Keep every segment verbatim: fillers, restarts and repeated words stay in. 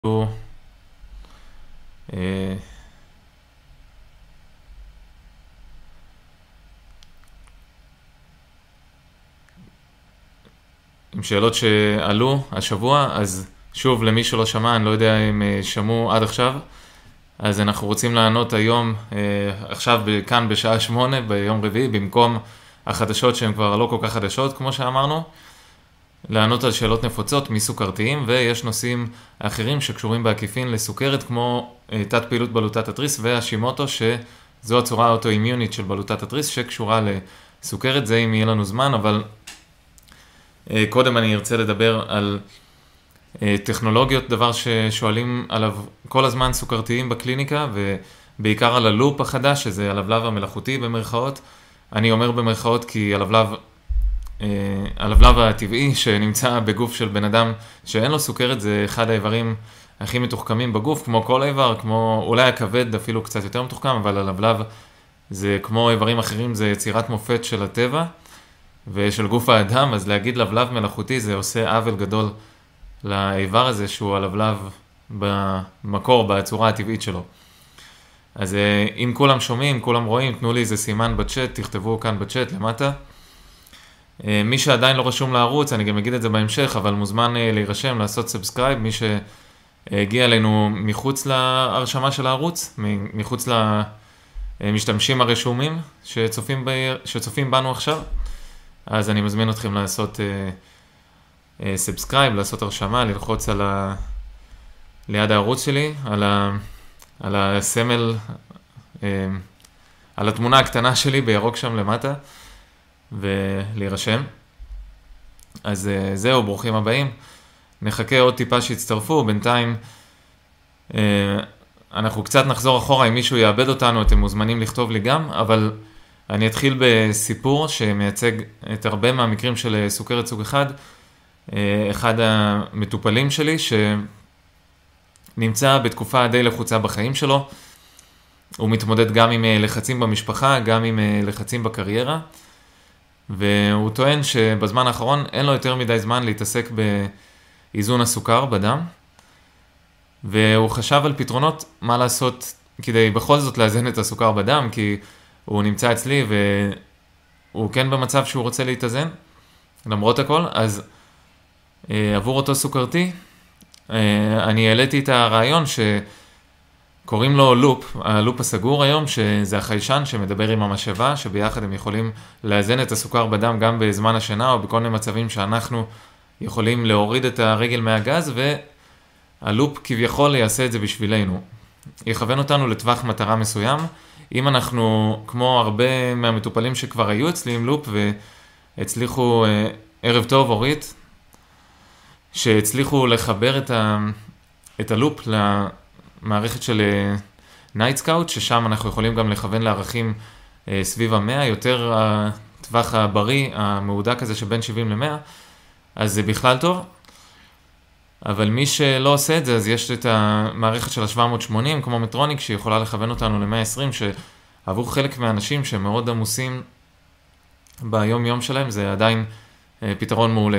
אה, עם שאלות שעלו השבוע, אז שוב למי שלא שמע, אני לא יודע אם אה, שמעו עד עכשיו, אז אנחנו רוצים לענות היום, אה, עכשיו ב- כאן בשעה שמונה ביום רביעי, במקום החדשות שהן כבר לא כל כך חדשות כמו שאמרנו, לענות על שאלות נפוצות מסוכרתיים, ויש נושאים אחרים שקשורים בעקיפין לסוכרת, כמו אה, תת פעילות בלוטת התריס והשימוטו, שזו הצורה האוטואימיונית של בלוטת התריס שקשורה לסוכרת. זה אם יהיה לנו זמן, אבל אה, קודם אני ארצה לדבר על אה, טכנולוגיות, דבר ששואלים עליו כל הזמן סוכרתיים בקליניקה, ובעיקר על הלופ החדש, שזה הלבלב המלאכותי במרכאות. אני אומר במרכאות כי הלבלב אה, הלבלב הטבעי שנמצא בגוף של בן אדם שאין לו סוכרת, זה אחד האיברים הכי מתוחכמים בגוף, כמו כל איבר, כמו אולי הכבד אפילו קצת יותר מתוחכם, אבל הלבלב זה כמו איברים אחרים, זה יצירת מופת של הטבע ושל גוף האדם, אז להגיד לבלב מלאכותי זה עושה עוול גדול לאיבר הזה שהוא הלבלב במקור, בצורה הטבעית שלו. אז אה, אם כולם שומעים, כולם רואים, תנו לי איזה סימן בצ'אט, תכתבו כאן בצ'אט למטה. אה, מי שעדיין לא רשום לערוץ, אני גם אגיד את זה בהמשך, אבל מוזמן אה, להירשם, לעשות סאבסקרייב, מי שהגיע אלינו מחוץ להרשמה של הערוץ, מ- מחוץ למשתמשים הרשומים שצופים, ב... שצופים בנו עכשיו, אז אני מזמין אתכם לעשות סאבסקרייב, לעשות הרשמה, ללחוץ על ה... ליד הערוץ שלי, על, ה... על הסמל, אה, על התמונה הקטנה שלי בירוק שם למטה, ולהירשם. אז אה, זהו, ברוכים הבאים. נחכה עוד טיפה שיצטרפו, בינתיים אה, אנחנו קצת נחזור אחורה, אם מישהו יאבד אותנו אתם מוזמנים לכתוב לי גם, אבל אני אתחיל בסיפור שמייצג את הרבה מהמקרים של סוכרת סוג אחד. אה, אחד המטופלים שלי שנמצא בתקופה די לחוצה בחיים שלו, הוא מתמודד גם עם אה, לחצים במשפחה, גם עם אה, לחצים בקריירה, והוא טוען שבזמן האחרון אין לו יותר מדי זמן להתעסק באיזון הסוכר בדם, והוא חשב על פתרונות מה לעשות כדי בכל זאת לאזן את הסוכר בדם, כי הוא נמצא אצלי והוא כן במצב שהוא רוצה להתאזן, למרות הכל. אז אה, עבור אותו סוכרתי, אה, אני העליתי את הרעיון שקוראים לו לופ, הלופ הסגור היום, שזה החיישן שמדבר עם המשאבה, שביחד הם יכולים לאזן את הסוכר בדם גם בזמן השינה, או בכל מיני מצבים שאנחנו יכולים להוריד את הרגל מהגז, והלופ כביכול יעשה את זה בשבילנו. יכוון אותנו לטווח מטרה מסוים. אם אנחנו, כמו הרבה מהמטופלים שכבר היו אצלי עם לופ והצליחו, אה, ערב טוב אורית, שהצליחו לחבר את, ה, את הלופ למערכת של נייט סקאוט, ששם אנחנו יכולים גם לכוון לערכים אה, סביב המאה, יותר הטווח הבריא, המהודק הזה שבין שבעים למאה, אז זה בכלל טוב. אבל מי שלא עושה את זה, אז יש את המערכת של ה-שבע מאות שמונים, כמו מטרוניק, שיכולה לכוון אותנו ל-מאה ועשרים, שעבור חלק מהאנשים שמאוד עמוסים ביום יום שלהם, זה עדיין אה, פתרון מעולה.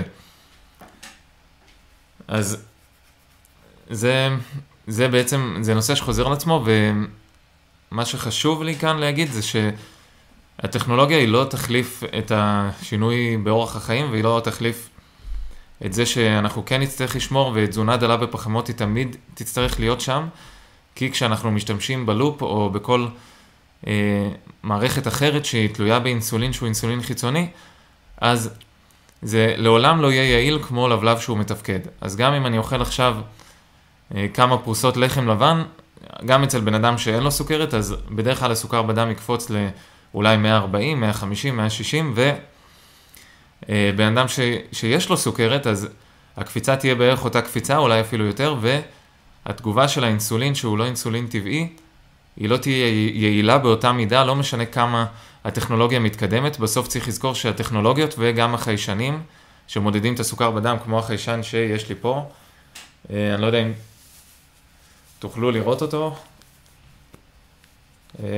אז זה, זה בעצם, זה נושא שחוזר על עצמו, ומה שחשוב לי כאן להגיד זה שהטכנולוגיה היא לא תחליף את השינוי באורח החיים, והיא לא תחליף את זה שאנחנו כן נצטרך לשמור, ותזונה דלה בפחמות היא תמיד תצטרך להיות שם, כי כשאנחנו משתמשים בלופ או בכל אה, מערכת אחרת שהיא תלויה באינסולין שהוא אינסולין חיצוני, אז זה לעולם לא יהיה יעיל כמו לבלב שהוא מתפקד. אז גם אם אני אוכל עכשיו אה, כמה פרוסות לחם לבן, גם אצל בן אדם שאין לו סוכרת, אז בדרך כלל הסוכר בדם יקפוץ לאולי מאה וארבעים, מאה וחמישים, מאה ושישים, ו... בן אדם ש, שיש לו סוכרת, אז הקפיצה תהיה בערך אותה קפיצה, אולי אפילו יותר, והתגובה של האינסולין, שהוא לא אינסולין טבעי, היא לא תהיה יעילה באותה מידה, לא משנה כמה הטכנולוגיה מתקדמת. בסוף צריך לזכור שהטכנולוגיות וגם החיישנים שמודדים את הסוכר בדם, כמו החיישן שיש לי פה, אני לא יודע אם תוכלו לראות אותו. אני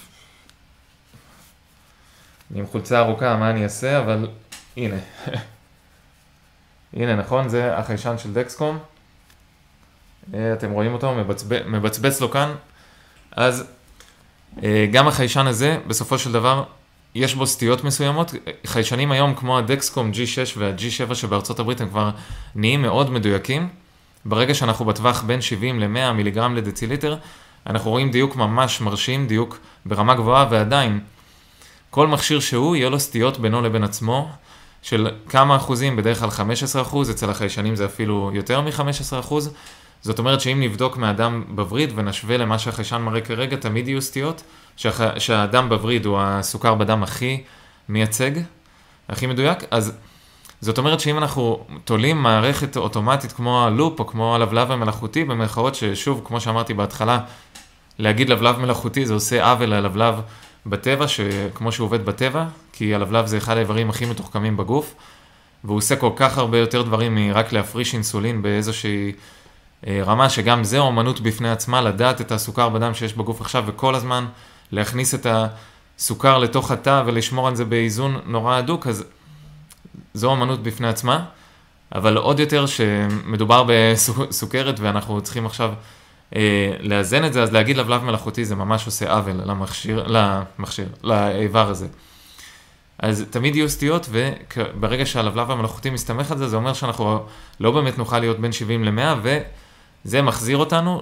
עם חולצה ארוכה, מה אני אעשה, אבל הנה, הנה נכון, זה החיישן של דקסקום, אתם רואים אותו, מבצבץ, מבצבץ לו כאן. אז גם החיישן הזה, בסופו של דבר, יש בו סטיות מסוימות. חיישנים היום כמו הדקסקום ג'י שש וה-ג'י שבע שבארצות הברית הם כבר נהיים מאוד מדויקים. ברגע שאנחנו בטווח בין שבעים ל-מאה מיליגרם לדציליטר, אנחנו רואים דיוק ממש מרשים, דיוק ברמה גבוהה, ועדיין כל מכשיר שהוא יהיה לו סטיות בינו לבין עצמו, של כמה אחוזים, בדרך כלל חמישה עשר אחוז, אצל החיישנים זה אפילו יותר מ-חמישה עשר אחוז. זאת אומרת שאם נבדוק מאדם בווריד ונשווה למה שהחיישן מראה כרגע, תמיד יהיו סטיות, שהח... שהאדם בווריד הוא הסוכר בדם הכי מייצג, הכי מדויק. אז זאת אומרת שאם אנחנו תולים מערכת אוטומטית כמו הלופ או כמו הלבלב המלאכותי, במרכאות ששוב, כמו שאמרתי בהתחלה, להגיד לבלב מלאכותי זה עושה עוול ללבלב בטבע, שכמו שהוא עובד בטבע, כי הלבלב זה אחד האיברים הכי מתוחכמים בגוף, והוא עושה כל כך הרבה יותר דברים מרק להפריש אינסולין באיזושהי רמה, שגם זה אומנות בפני עצמה, לדעת את הסוכר בדם שיש בגוף עכשיו, וכל הזמן להכניס את הסוכר לתוך התא ולשמור על זה באיזון נורא הדוק, אז זו אומנות בפני עצמה, אבל עוד יותר שמדובר בסוכרת ואנחנו צריכים עכשיו לאזן את זה, אז להגיד לבלב מלאכותי זה ממש עושה עוול למכשיר, למכשיר, לאיבר הזה. אז תמיד יהיו סטיות, וברגע שהלבלב המלאכותי מסתמך על זה, זה אומר שאנחנו לא באמת נוכל להיות בין שבעים ל-מאה, וזה מחזיר אותנו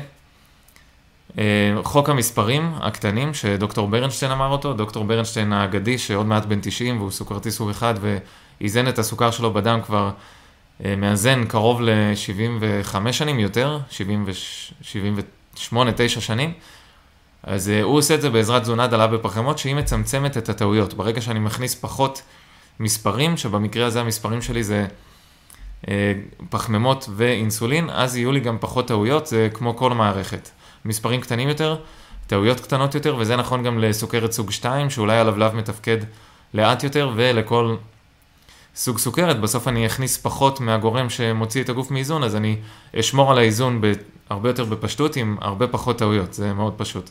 לחוק המספרים הקטנים, שדוקטור ברנשטיין אמר אותו, דוקטור ברנשטיין האגדי, שעוד מעט בן תשעים, והוא סוכרתי סוג אחד, ואיזן את הסוכר שלו בדם כבר מאזן קרוב ל-שבעים וחמש שנים יותר, שבעים ושמונה תשע שנים, אז הוא עושה את זה בעזרת תזונה דלה בפחמימות, שהיא מצמצמת את הטעויות. ברגע שאני מכניס פחות מספרים, שבמקרה הזה המספרים שלי זה פחמימות ואינסולין, אז יהיו לי גם פחות טעויות, זה כמו כל מערכת. מספרים קטנים יותר, טעויות קטנות יותר, וזה נכון גם לסוכרת סוג שתיים, שאולי הלבלב מתפקד לאט יותר, ולכל סוג סוכרת, בסוף אני אכניס פחות מהגורם שמוציא את הגוף מאיזון, אז אני אשמור על האיזון הרבה יותר בפשטות, עם הרבה פחות טעויות, זה מאוד פשוט.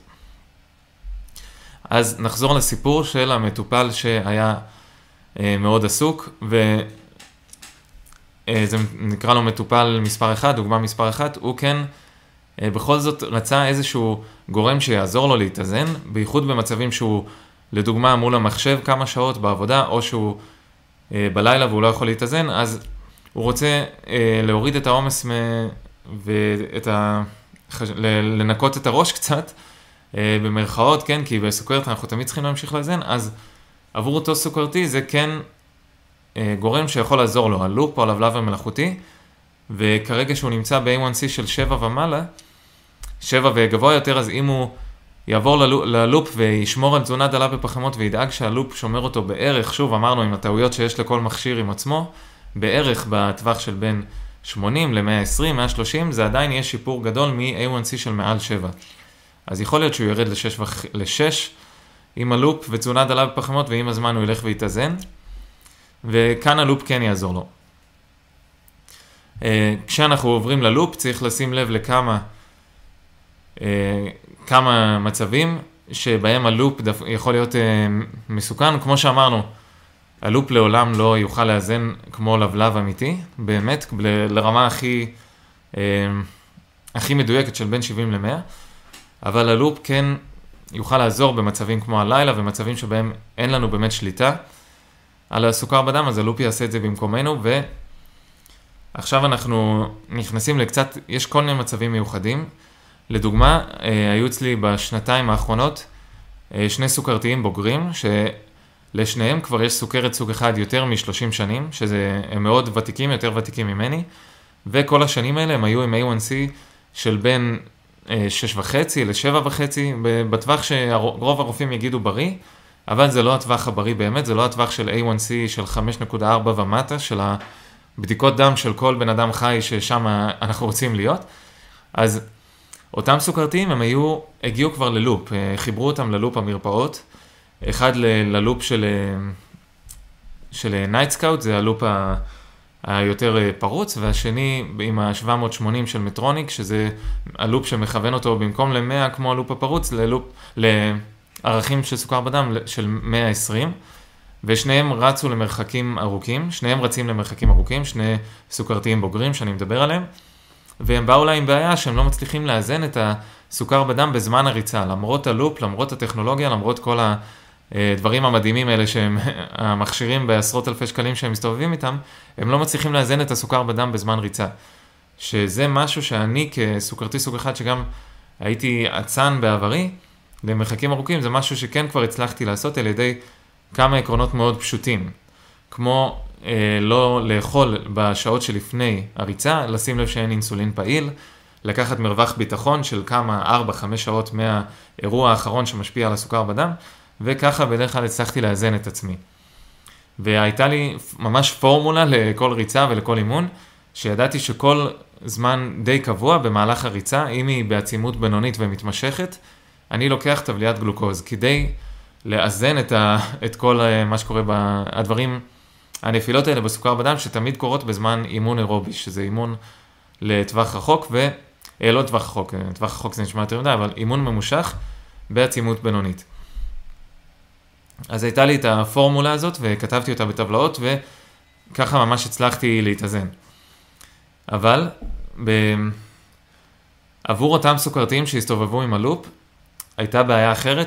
אז נחזור לסיפור של המטופל שהיה מאוד עסוק, וזה נקרא לו מטופל מספר אחד, דוגמה מספר אחת, הוא כן בכל זאת רצה איזשהו גורם שיעזור לו להתאזן, בייחוד במצבים שהוא לדוגמה מול המחשב כמה שעות בעבודה, או שהוא בלילה והוא לא יכול להתאזן, אז הוא רוצה להוריד את העומס ואת ה... לנקות את הראש קצת, במרכאות, כן, כי בסוכרת אנחנו תמיד צריכים להמשיך לאזן, אז עבור אותו סוכרתי זה כן גורם שיכול לעזור לו, הלופ או הלבלב המלאכותי, וכרגע שהוא נמצא ב-איי וואן סי של שבע ומעלה, שבע וגבוה יותר, אז אם הוא יעבור ללופ וישמור על תזונה דלה בפחמימות וידאג שהלופ שומר אותו בערך, שוב אמרנו עם הטעויות שיש לכל מכשיר עם עצמו, בערך בטווח של בין שמונים ל-מאה ועשרים, מאה ושלושים, זה עדיין יהיה שיפור גדול מ-איי וואן סי של מעל שבע. אז יכול להיות שהוא ירד ל-שש עם הלופ ותזונה דלה בפחמימות, ועם הזמן הוא ילך ויתאזן, וכאן הלופ כן יעזור לו. כשאנחנו עוברים ללופ צריך לשים לב לכמה כמה מצבים שבהם הלופ יכול להיות מסוכן. כמו שאמרנו, הלופ לעולם לא יוכל לאזן כמו לבלב אמיתי, באמת, לרמה הכי, הכי מדויקת של בין שבעים ל-מאה, אבל הלופ כן יוכל לעזור במצבים כמו הלילה, ומצבים שבהם אין לנו באמת שליטה על הסוכר בדם, אז הלופ יעשה את זה במקומנו, ועכשיו אנחנו נכנסים לקצת, יש כל מיני מצבים מיוחדים. לדוגמה, היו אצלי בשנתיים האחרונות שני סוכרתיים בוגרים, שלשניהם כבר יש סוכרת סוג אחד יותר מ-שלושים שנים, שהם מאוד ותיקים, יותר ותיקים ממני, וכל השנים האלה הם היו עם איי וואן סי של בין שש וחצי ל-שבע וחצי, בטווח שרוב הרופאים יגידו בריא, אבל זה לא הטווח הבריא באמת, זה לא הטווח של איי וואן סי של חמש נקודה ארבע ומטה, של הבדיקות דם של כל בן אדם חי ששם אנחנו רוצים להיות. אז אותם סוכרתיים הם היו, הגיעו כבר ללופ, חיברו אותם ללופ המרפאות, אחד ל- ללופ של, של נייט סקאוט, זה הלופ ה... היותר פרוץ, והשני עם ה-שבע מאות ושמונים של מטרוניק, שזה הלופ שמכוון אותו במקום ל-מאה כמו הלופ הפרוץ, ללופ, לערכים של סוכר בדם של מאה ועשרים, ושניהם רצו למרחקים ארוכים, שניהם רצים למרחקים ארוכים, שני סוכרתיים בוגרים שאני מדבר עליהם, והם באו לה עם בעיה שהם לא מצליחים לאזן את הסוכר בדם בזמן הריצה, למרות הלופ, למרות הטכנולוגיה, למרות כל הדברים המדהימים האלה שהם המכשירים בעשרות אלפי שקלים שהם מסתובבים איתם, הם לא מצליחים לאזן את הסוכר בדם בזמן ריצה. שזה משהו שאני כסוכרתי סוג אחד שגם הייתי עצן בעברי, למרחקים ארוכים, זה משהו שכן כבר הצלחתי לעשות על ידי כמה עקרונות מאוד פשוטים. כמו אה, לא לאכול בשעות שלפני הריצה, לשים לב שאין אינסולין פעיל, לקחת מרווח ביטחון של כמה ארבע חמש שעות מהאירוע האחרון שמשפיע על הסוכר בדם, וככה בדרך כלל הצלחתי לאזן את עצמי. והייתה לי ממש פורמולה לכל ריצה ולכל אימון, שידעתי שכל זמן די קבוע במהלך הריצה, אם היא בעצימות בינונית ומתמשכת, אני לוקח טבליית גלוקוז, כדי לאזן את, ה, את כל מה שקורה בדברים, הנפילות האלה בסוכר בדם, שתמיד קורות בזמן אימון אירובי, שזה אימון לטווח רחוק, ו... לא טווח רחוק, טווח רחוק זה נשמע יותר מדי, אבל אימון ממושך בעצימות בינונית. אז הייתה לי את הפורמולה הזאת, וכתבתי אותה בטבלאות, וככה ממש הצלחתי להתאזן. אבל, ב... עבור אותם סוכרתיים שהסתובבו עם הלופ, הייתה בעיה אחרת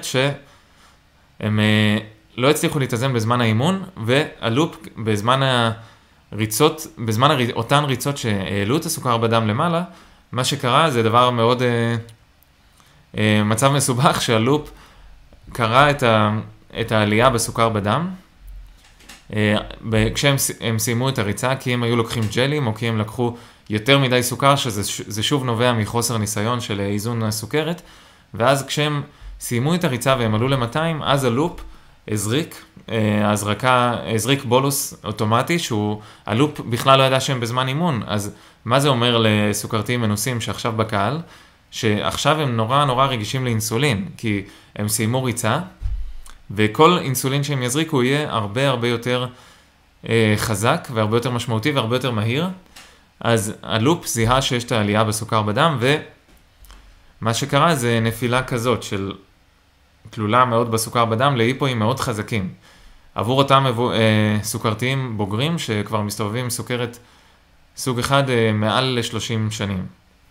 שהם לא הצליחו להתאזן בזמן האימון, והלופ בזמן הריצות, בזמן הר... אותן ריצות שהעלו את הסוכר בדם למעלה, מה שקרה זה דבר מאוד, אה, אה, מצב מסובך שהלופ קרה את, ה... את העלייה בסוכר בדם, אה, כשהם הם סיימו את הריצה, כי הם היו לוקחים ג'לים, או כי הם לקחו יותר מדי סוכר, שזה שוב נובע מחוסר ניסיון של איזון הסוכרת, ואז כשהם סיימו את הריצה והם עלו ל-מאתיים, אז הלופ הזריק, הזרקה, הזריק בולוס אוטומטי, שהוא, הלופ בכלל לא ידע שהם בזמן אימון, אז מה זה אומר לסוכרתיים מנוסים שעכשיו בקהל? שעכשיו הם נורא נורא רגישים לאינסולין, כי הם סיימו ריצה, וכל אינסולין שהם יזריקו יהיה הרבה הרבה יותר אה, חזק, והרבה יותר משמעותי והרבה יותר מהיר, אז הלופ זיהה שיש את העלייה בסוכר בדם, ומה שקרה זה נפילה כזאת של תלולה מאוד בסוכר בדם להיפואים מאוד חזקים. עבור אותם אה, סוכרתיים בוגרים שכבר מסתובבים עם סוכרת סוג אחד אה, מעל ל-שלושים שנים.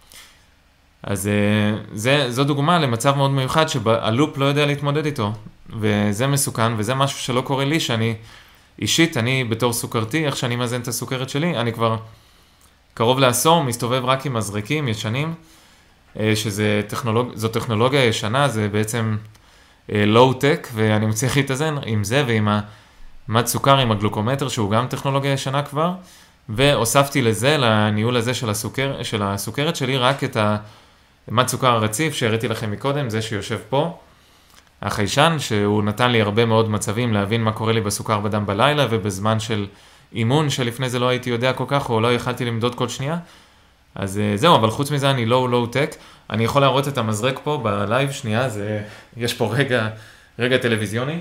אז אה, זה, זו דוגמה למצב מאוד מיוחד שהלופ לא יודע להתמודד איתו, וזה מסוכן, וזה משהו שלא קורה לי, שאני אישית, אני בתור סוכרתי, איך שאני מאזן את הסוכרת שלי, אני כבר קרוב לעשור, מסתובב רק עם מזרקים ישנים, שזה טכנולוג... זו טכנולוגיה ישנה, זה בעצם לואו-טק, ואני מצליח להתאזן עם זה ועם המד סוכר, עם הגלוקומטר, שהוא גם טכנולוגיה ישנה כבר, והוספתי לזה, לניהול הזה של, הסוכר... של הסוכרת שלי, רק את המד סוכר הרציף, שהראיתי לכם מקודם, זה שיושב פה, החיישן, שהוא נתן לי הרבה מאוד מצבים להבין מה קורה לי בסוכר בדם בלילה, ובזמן של אימון, שלפני זה לא הייתי יודע כל כך, או לא יכלתי למדוד כל שנייה. אז זהו, אבל חוץ מזה אני לואו לואו טק. אני יכול להראות את המזרק פה בלייב, שנייה, זה, יש פה רגע, רגע טלוויזיוני.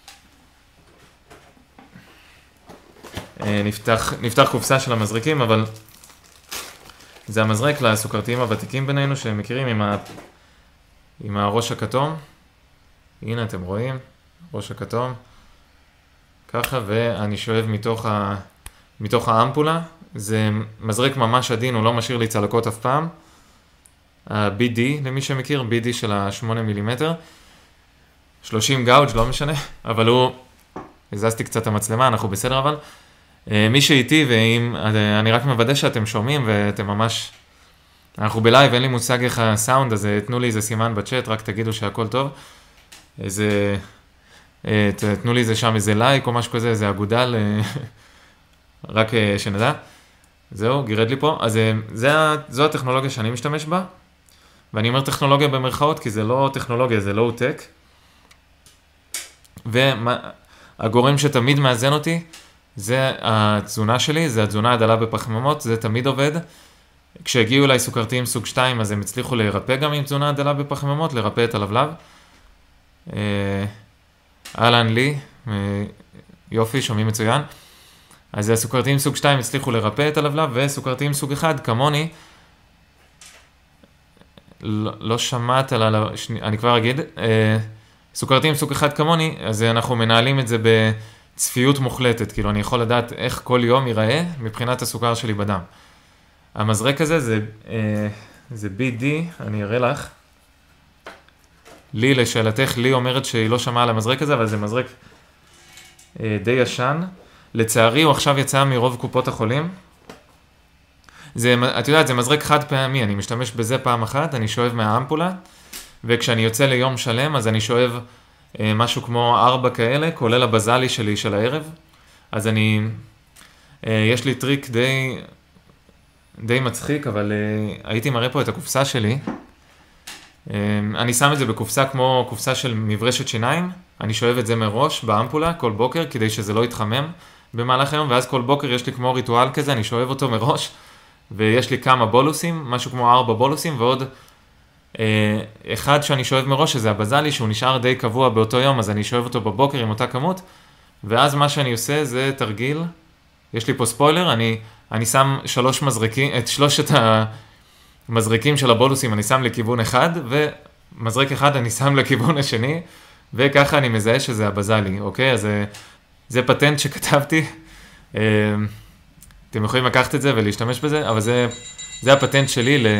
נפתח, נפתח קופסה של המזרקים, אבל זה המזרק לסוכרתיים הוותיקים בינינו, שהם מכירים עם, ה, עם הראש הכתום. הנה אתם רואים, ראש הכתום. ככה, ואני שואב מתוך, ה, מתוך האמפולה. זה מזרק ממש עדין, הוא לא משאיר לי צלקות אף פעם. ה-בי די, למי שמכיר, בי די של ה-שמונה מילימטר. שלושים גאוג' לא משנה, אבל הוא, הזזתי קצת המצלמה, אנחנו בסדר אבל. מי שאיתי, ואם, אני רק מוודא שאתם שומעים, ואתם ממש, אנחנו בלייב, אין לי מושג איך הסאונד, אז תנו לי איזה סימן בצ'אט, רק תגידו שהכל טוב. איזה, תנו לי איזה שם איזה לייק או משהו כזה, איזה אגודל, רק שנדע. זהו, גירד לי פה. אז זה, זו הטכנולוגיה שאני משתמש בה, ואני אומר טכנולוגיה במרכאות, כי זה לא טכנולוגיה, זה לואו-טק. והגורם שתמיד מאזן אותי, זה התזונה שלי, זה התזונה הדלה בפחמימות, זה תמיד עובד. כשהגיעו אליי סוכרתיים סוג שתיים, אז הם הצליחו לרפא גם עם תזונה הדלה בפחמימות, לרפא את הלבלב. אהלן לי, יופי, שומעים מצוין. אז הסוכרתיים סוג שתיים הצליחו לרפא את הלבלב, וסוכרתיים סוג אחד, כמוני, לא, לא שמעת על הלבלב, אני כבר אגיד, סוכרתיים סוג אחד כמוני, אז אנחנו מנהלים את זה בצפיות מוחלטת, כאילו אני יכול לדעת איך כל יום ייראה מבחינת הסוכר שלי בדם. המזרק הזה זה, זה בי די, אני אראה לך. לי, לשאלתך, לי אומרת שהיא לא שמעה על המזרק הזה, אבל זה מזרק די ישן. לצערי, הוא עכשיו יצא מרוב קופות החולים. זה, את יודעת, זה מזרק חד פעמי, אני משתמש בזה פעם אחת, אני שואב מהאמפולה, וכשאני יוצא ליום שלם, אז אני שואב אה, משהו כמו ארבע כאלה, כולל הבזלי שלי של הערב. אז אני, אה, יש לי טריק די, די מצחיק, אבל אה, הייתי מראה פה את הקופסה שלי. אה, אני שם את זה בקופסה כמו קופסה של מברשת שיניים, אני שואב את זה מראש באמפולה כל בוקר, כדי שזה לא יתחמם במהלך היום, ואז כל בוקר יש לי כמו ריטואל כזה, אני שואב אותו מראש, ויש לי כמה בולוסים, משהו כמו ארבע בולוסים, ועוד אה, אחד שאני שואב מראש, שזה הבזלי, שהוא נשאר די קבוע באותו יום, אז אני שואב אותו בבוקר עם אותה כמות, ואז מה שאני עושה זה תרגיל, יש לי פה ספוילר, אני, אני שם שלוש מזרקים, את שלושת המזרקים של הבולוסים, אני שם לכיוון אחד, ומזרק אחד אני שם לכיוון השני, וככה אני מזהה שזה הבזלי, אוקיי? אז זה, זה פטנט שכתבתי, אה, אתם יכולים לקחת את זה ולהשתמש בזה, אבל זה, זה הפטנט שלי ל...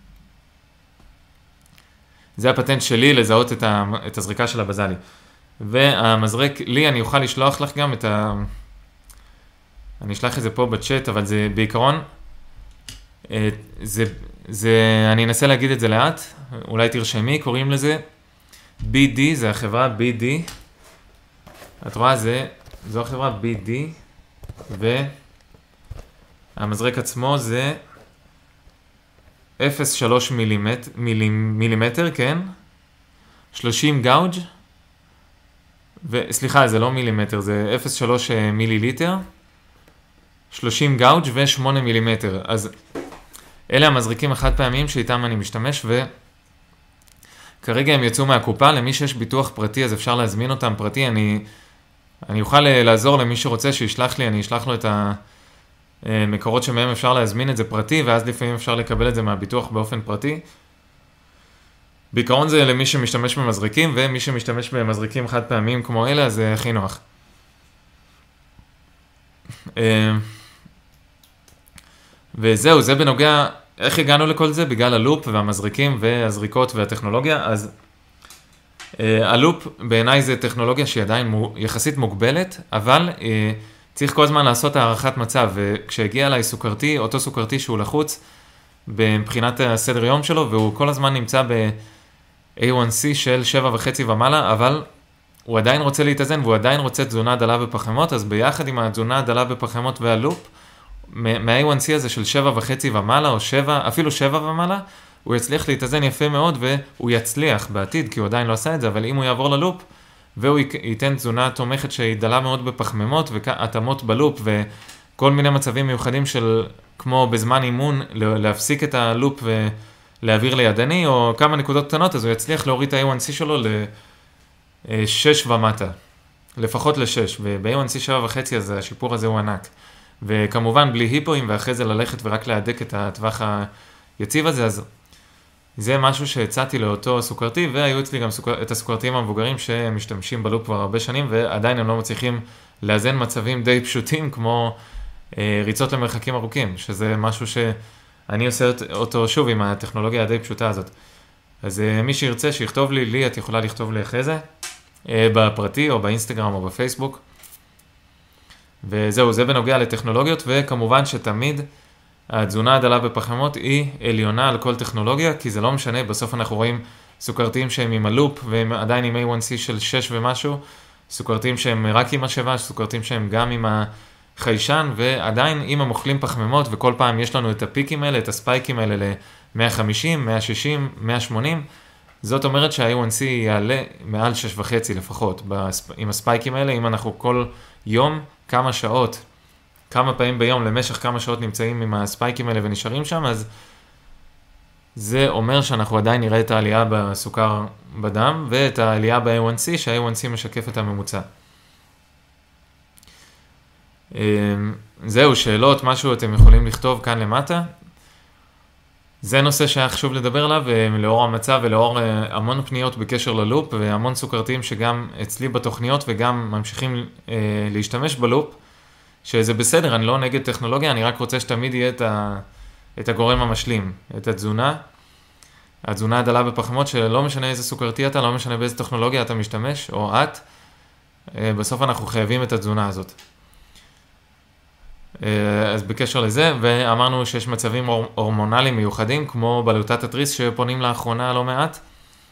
זה הפטנט שלי לזהות את, ה, את הזריקה של הבזלי. והמזרק, לי אני אוכל לשלוח לך גם את ה... אני אשלח את זה פה בצ'אט, אבל זה בעיקרון, זה, זה, אני אנסה להגיד את זה לאט, אולי תרשמי, קוראים לזה בי די, זה החברה בי די. את רואה, זה, זו החברה בי די, ו... המזרק עצמו זה אפס נקודה שלוש מילימטר, מילימטר, כן? שלושים גאוג' וסליחה, זה לא מילימטר, זה אפס נקודה שלוש מיליליטר, שלושים גאוג' ו-שמונה מילימטר. אז אלה המזריקים החד פעמיים שאיתם אני משתמש, וכרגע הם יצאו מהקופה, למי שיש ביטוח פרטי אז אפשר להזמין אותם פרטי, אני, אני אוכל לעזור למי שרוצה שישלח לי, אני אשלח לו את ה... מקורות שמהם אפשר להזמין את זה פרטי, ואז לפעמים אפשר לקבל את זה מהביטוח באופן פרטי. בעיקרון זה למי שמשתמש במזריקים, ומי שמשתמש במזריקים חד פעמיים כמו אלה, אז זה הכי נוח. וזהו, זה בנוגע, איך הגענו לכל זה? בגלל הלופ והמזריקים והזריקות והטכנולוגיה, אז הלופ בעיניי זה טכנולוגיה שהיא עדיין יחסית מוגבלת, אבל צריך כל הזמן לעשות הערכת מצב, וכשהגיע אליי סוכרתי, אותו סוכרתי שהוא לחוץ, מבחינת הסדר יום שלו, והוא כל הזמן נמצא ב-איי וואן סי של שבע וחצי ומעלה, אבל הוא עדיין רוצה להתאזן, והוא עדיין רוצה תזונה דלה בפחמות, אז ביחד עם התזונה דלה בפחמות והלופ, מה-איי וואן סי הזה של שבע וחצי ומעלה, או שבע, אפילו שבע ומעלה, הוא יצליח להתאזן יפה מאוד, והוא יצליח בעתיד, כי הוא עדיין לא עשה את זה, אבל אם הוא יעבור ללופ, והוא ייתן תזונה תומכת שהיא דלה מאוד בפחמימות והתאמות בלופ וכל מיני מצבים מיוחדים של כמו בזמן אימון להפסיק את הלופ ולהעביר לידני או כמה נקודות קטנות, אז הוא יצליח להוריד את ה-איי וואן סי שלו ל-שש ומטה, לפחות ל-שש, וב-איי וואן סי שבע וחצי אז השיפור הזה הוא ענק. וכמובן בלי היפואים ואחרי זה ללכת ורק להדק את הטווח היציב הזה, אז זה משהו שהצעתי לאותו סוכרתי, והיו אצלי גם סוכר... את הסוכרתיים המבוגרים שמשתמשים בלופ כבר הרבה שנים, ועדיין הם לא מצליחים לאזן מצבים די פשוטים, כמו אה, ריצות למרחקים ארוכים, שזה משהו שאני עושה אותו שוב עם הטכנולוגיה הדי פשוטה הזאת. אז אה, מי שירצה שיכתוב לי, לי את יכולה לכתוב לי אחרי זה, אה, בפרטי או באינסטגרם או בפייסבוק. וזהו, זה בנוגע לטכנולוגיות, וכמובן שתמיד התזונה הדלה בפחמות היא עליונה על כל טכנולוגיה, כי זה לא משנה, בסוף אנחנו רואים סוכרתיים שהם עם הלופ, והם עדיין עם איי וואן סי של שש ומשהו, סוכרתיים שהם רק עם השבע, סוכרתיים שהם גם עם החיישן, ועדיין אם הם אוכלים פחמימות, וכל פעם יש לנו את הפיקים האלה, את הספייקים האלה ל-מאה וחמישים, מאה ושישים, מאה ושמונים, זאת אומרת שה-איי וואן סי יעלה מעל שש וחצי לפחות, עם הספייקים האלה, אם אנחנו כל יום כמה שעות, כמה פעמים ביום, למשך כמה שעות נמצאים עם הספייקים האלה ונשארים שם, אז זה אומר שאנחנו עדיין נראה את העלייה בסוכר בדם, ואת העלייה ב-איי וואן סי, שה-איי וואן סי משקף את הממוצע. זהו, שאלות, משהו אתם יכולים לכתוב כאן למטה. זה נושא שהיה חשוב לדבר עליו, לאור המצב ולאור המון פניות בקשר ללופ, והמון סוכרתיים שגם אצלי בתוכניות וגם ממשיכים להשתמש בלופ, שזה בסדר, אני לא נגד טכנולוגיה, אני רק רוצה שתמיד יהיה את, ה, את הגורם המשלים, את התזונה. התזונה הדלה בפחמימות, שלא משנה איזה סוכרתי אתה, לא משנה באיזה טכנולוגיה אתה משתמש, או את, בסוף אנחנו חייבים את התזונה הזאת. אז בקשר לזה, ואמרנו שיש מצבים הורמונליים מיוחדים, כמו בלוטת התריס, שפונים לאחרונה לא מעט,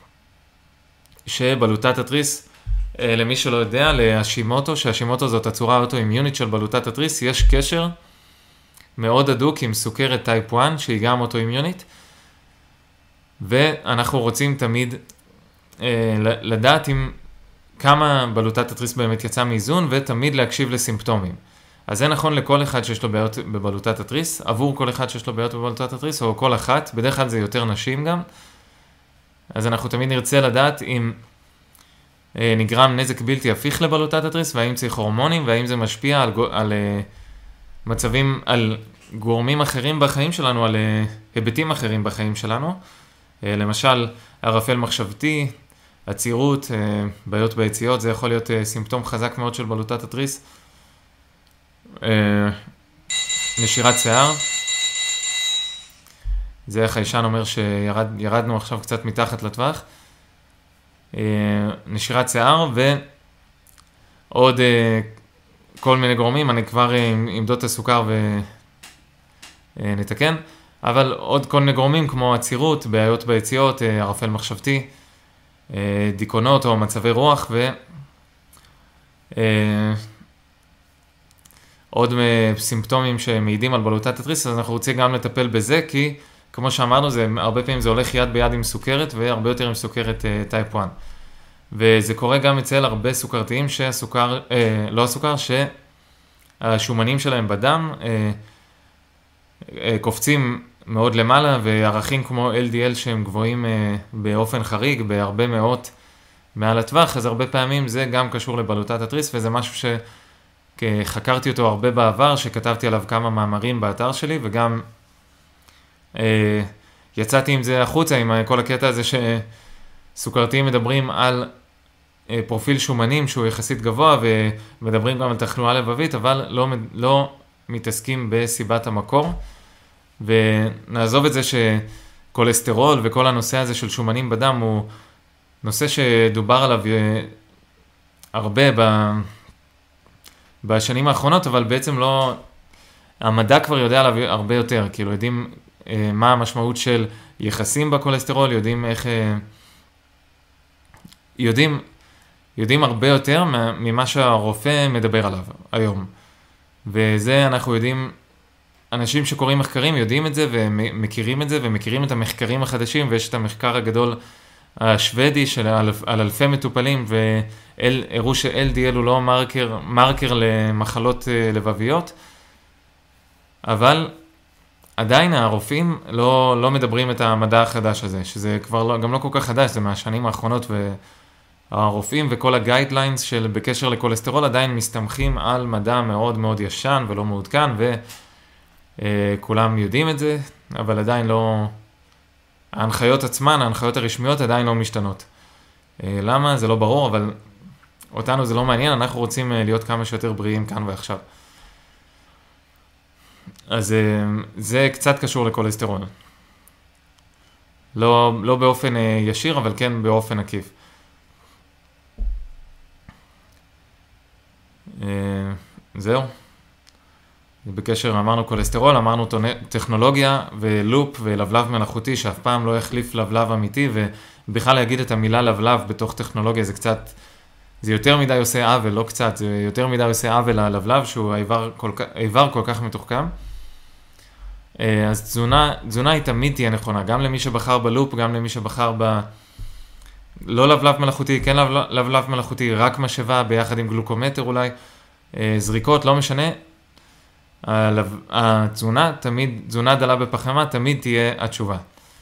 שבלוטת התריס, למי שלא יודע, להשימוטו, שהשימוטו זאת הצורה האוטואימיונית של בלוטת התריס, יש קשר מאוד הדוק עם סוכרת טייפ אחת, שהיא גם אוטואימיונית, ואנחנו רוצים תמיד אה, לדעת עם כמה בלוטת התריס באמת יצא מאיזון, ותמיד להקשיב לסימפטומים. אז זה נכון לכל אחד שיש לו בעיות בבלוטת התריס, עבור כל אחד שיש לו בעיות בבלוטת התריס, או כל אחת, בדרך כלל זה יותר נשים גם. אז אנחנו תמיד נרצה לדעת אם אה, נגרם נזק בלתי הפיך לבלוטת התריס, והאם צריך הורמונים, והאם זה משפיע על, על אה, מצבים, על גורמים אחרים בחיים שלנו, על אה, היבטים אחרים בחיים שלנו. אה, למשל, ערפל מחשבתי, עצירות, אה, בעיות ביציאות, זה יכול להיות אה, סימפטום חזק מאוד של בלוטת התריס. אה, נשירת שיער. זה איך הישן אומר שירדנו עכשיו קצת מתחת לטווח. נשירת שיער ועוד כל מיני גורמים, אני כבר אמדוד את הסוכר ונתקן, אבל עוד כל מיני גורמים כמו עצירות, בעיות ביציאות, ערפל מחשבתי, דיכאונות או מצבי רוח ועוד סימפטומים שמעידים על בלוטת התריס, אז אנחנו רוצים גם לטפל בזה, כי כמו שאמרנו, זה, הרבה פעמים זה הולך יד ביד עם סוכרת, והרבה יותר עם סוכרת uh, טייפ אחת. וזה קורה גם אצל הרבה סוכרתיים שהסוכר, uh, לא הסוכר, שהשומנים שלהם בדם uh, uh, קופצים מאוד למעלה, וערכים כמו אל די אל שהם גבוהים uh, באופן חריג, בהרבה מאות מעל הטווח, אז הרבה פעמים זה גם קשור לבלוטת התריס, וזה משהו שחקרתי אותו הרבה בעבר, שכתבתי עליו כמה מאמרים באתר שלי, וגם יצאתי עם זה החוצה, עם כל הקטע הזה שסוכרתיים מדברים על פרופיל שומנים שהוא יחסית גבוה, ומדברים גם על תחלואה לבבית, אבל לא, לא מתעסקים בסיבת המקור, ונעזוב את זה שקולסטרול וכל הנושא הזה של שומנים בדם הוא נושא שדובר עליו הרבה בשנים האחרונות, אבל בעצם לא, המדע כבר יודע עליו הרבה יותר, כאילו יודעים מה המשמעות של יחסים בקולסטרול, יודעים איך, יודעים, יודעים הרבה יותר ממה שהרופא מדבר עליו היום. וזה אנחנו יודעים, אנשים שקוראים מחקרים יודעים את זה ומכירים את זה, ומכירים את המחקרים החדשים, ויש את המחקר הגדול השוודי של אלף, על אלפי מטופלים, והראו ש-אל די אל הוא לא מרקר, מרקר למחלות לבביות, אבל עדיין הרופאים לא, לא מדברים את המדע החדש הזה, שזה כבר לא, גם לא כל כך חדש, זה מהשנים האחרונות, והרופאים וכל הגיידליינס של בקשר לקולסטרול עדיין מסתמכים על מדע מאוד מאוד ישן ולא מעודכן, וכולם יודעים את זה, אבל עדיין לא, ההנחיות עצמן, ההנחיות הרשמיות עדיין לא משתנות. למה? זה לא ברור, אבל אותנו זה לא מעניין, אנחנו רוצים להיות כמה שיותר בריאים כאן ועכשיו. אז זה קצת קשור לקולסטרול. לא, לא באופן ישיר, אבל כן באופן עקיף. זהו. בקשר אמרנו קולסטרול, אמרנו טכנולוגיה ולופ ולבלב מלאכותי, שאף פעם לא יחליף לבלב אמיתי, ובכלל להגיד את המילה לבלב בתוך טכנולוגיה זה קצת, זה יותר מדי עושה עוול, לא קצת, זה יותר מדי עושה עוול ללבלב, שהוא האיבר כל, האיבר כל כך מתוחכם. אז תזונה, תזונה היא תמיד תהיה נכונה, גם למי שבחר בלופ, גם למי שבחר ב... לא לבלב מלאכותי, כן לבלב מלאכותי, רק משאבה ביחד עם גלוקומטר אולי, זריקות, לא משנה. התזונה תמיד, תזונה דלה בפחמימה, תמיד תהיה התשובה.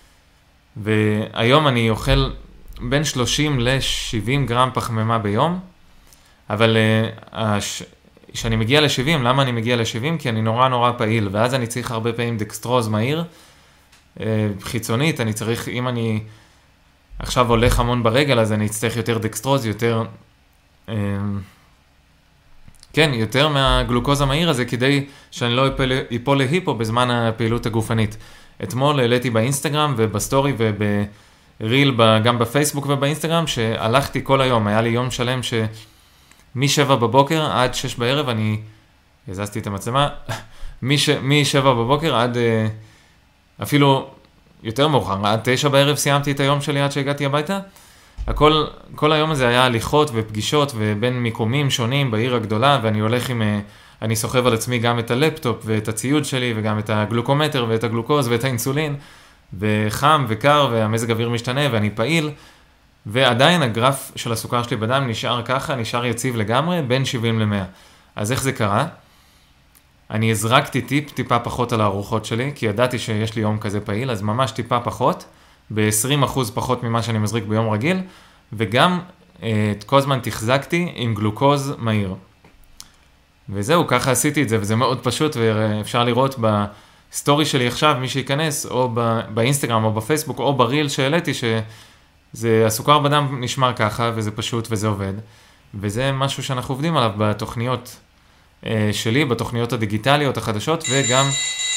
והיום אני אוכל בין שלושים ל-שבעים גרם פחמימה ביום, אבל כשאני מגיע ל-שבעים, למה אני מגיע ל-שבעים? כי אני נורא נורא פעיל, ואז אני צריך הרבה פעמים דקסטרוז מהיר, חיצונית, אני צריך, אם אני עכשיו הולך המון ברגל, אז אני אצטרך יותר דקסטרוז, יותר, כן, יותר מהגלוקוז המהיר הזה, כדי שאני לא אפול, אפול להיפו בזמן הפעילות הגופנית. אתמול העליתי באינסטגרם ובסטורי ובריל, גם בפייסבוק ובאינסטגרם, שהלכתי כל היום, היה לי יום שלם שמשבע בבוקר עד שש בערב, אני הזזתי את המצלמה, משבע בבוקר עד אפילו יותר מאוחר, עד תשע בערב סיימתי את היום שלי עד שהגעתי הביתה. הכל, כל היום הזה היה הליכות ופגישות ובין מיקומים שונים בעיר הגדולה, ואני הולך עם, אני סוחב על עצמי גם את הלפטופ ואת הציוד שלי, וגם את הגלוקומטר ואת הגלוקוז ואת האינסולין, וחם וקר והמזג אוויר משתנה ואני פעיל, ועדיין הגרף של הסוכר שלי בדם נשאר ככה, נשאר יציב לגמרי, בין שבעים למאה. אז איך זה קרה? אני הזרקתי טיפ, טיפה פחות על הארוחות שלי, כי ידעתי שיש לי יום כזה פעיל, אז ממש טיפה פחות, ב-עשרים אחוז פחות ממה שאני מזריק ביום רגיל, וגם את כל הזמן תחזקתי עם גלוקוז מהיר. וזהו, ככה עשיתי את זה, וזה מאוד פשוט, ואפשר לראות בסטורי שלי עכשיו, מי שיכנס, או באינסטגרם, או בפייסבוק, או בריל שהעליתי, שזה, הסוכר בדם נשמר ככה, וזה פשוט, וזה עובד. וזה משהו שאנחנו עובדים עליו בתוכניות שלי, בתוכניות הדיגיטליות החדשות, וגם,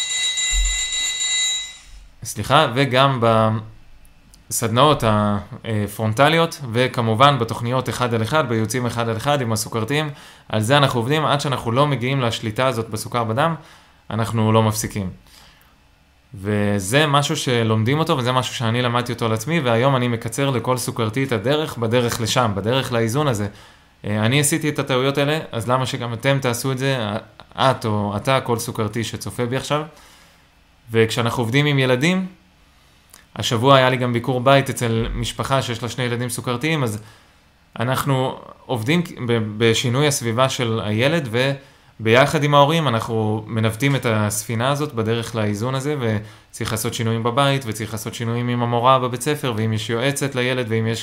סליחה, וגם בסדנאות הפרונטליות, וכמובן בתוכניות אחד על אחד, בייעוצים אחד על אחד עם הסוכרתיים. על זה אנחנו עובדים, עד שאנחנו לא מגיעים לשליטה הזאת בסוכר בדם, אנחנו לא מפסיקים. וזה משהו שלומדים אותו, וזה משהו שאני למדתי אותו על עצמי, והיום אני מקצר לכל סוכרתי את הדרך, בדרך לשם, בדרך לאיזון הזה. אני עשיתי את הטעויות האלה, אז למה שגם אתם תעשו את זה, את או אתה, כל סוכרתי שצופה בי עכשיו. וכשאנחנו עובדים עם ילדים, השבוע היה לי גם ביקור בית אצל משפחה שיש לה שני ילדים סוכרתיים, אז אנחנו עובדים בשינוי הסביבה של הילד, וביחד עם ההורים אנחנו מנווטים את הספינה הזאת בדרך לאיזון הזה, וצריך לעשות שינויים בבית, וצריך לעשות שינויים עם המורה בבית ספר, ואם יש יועצת לילד, ואם יש...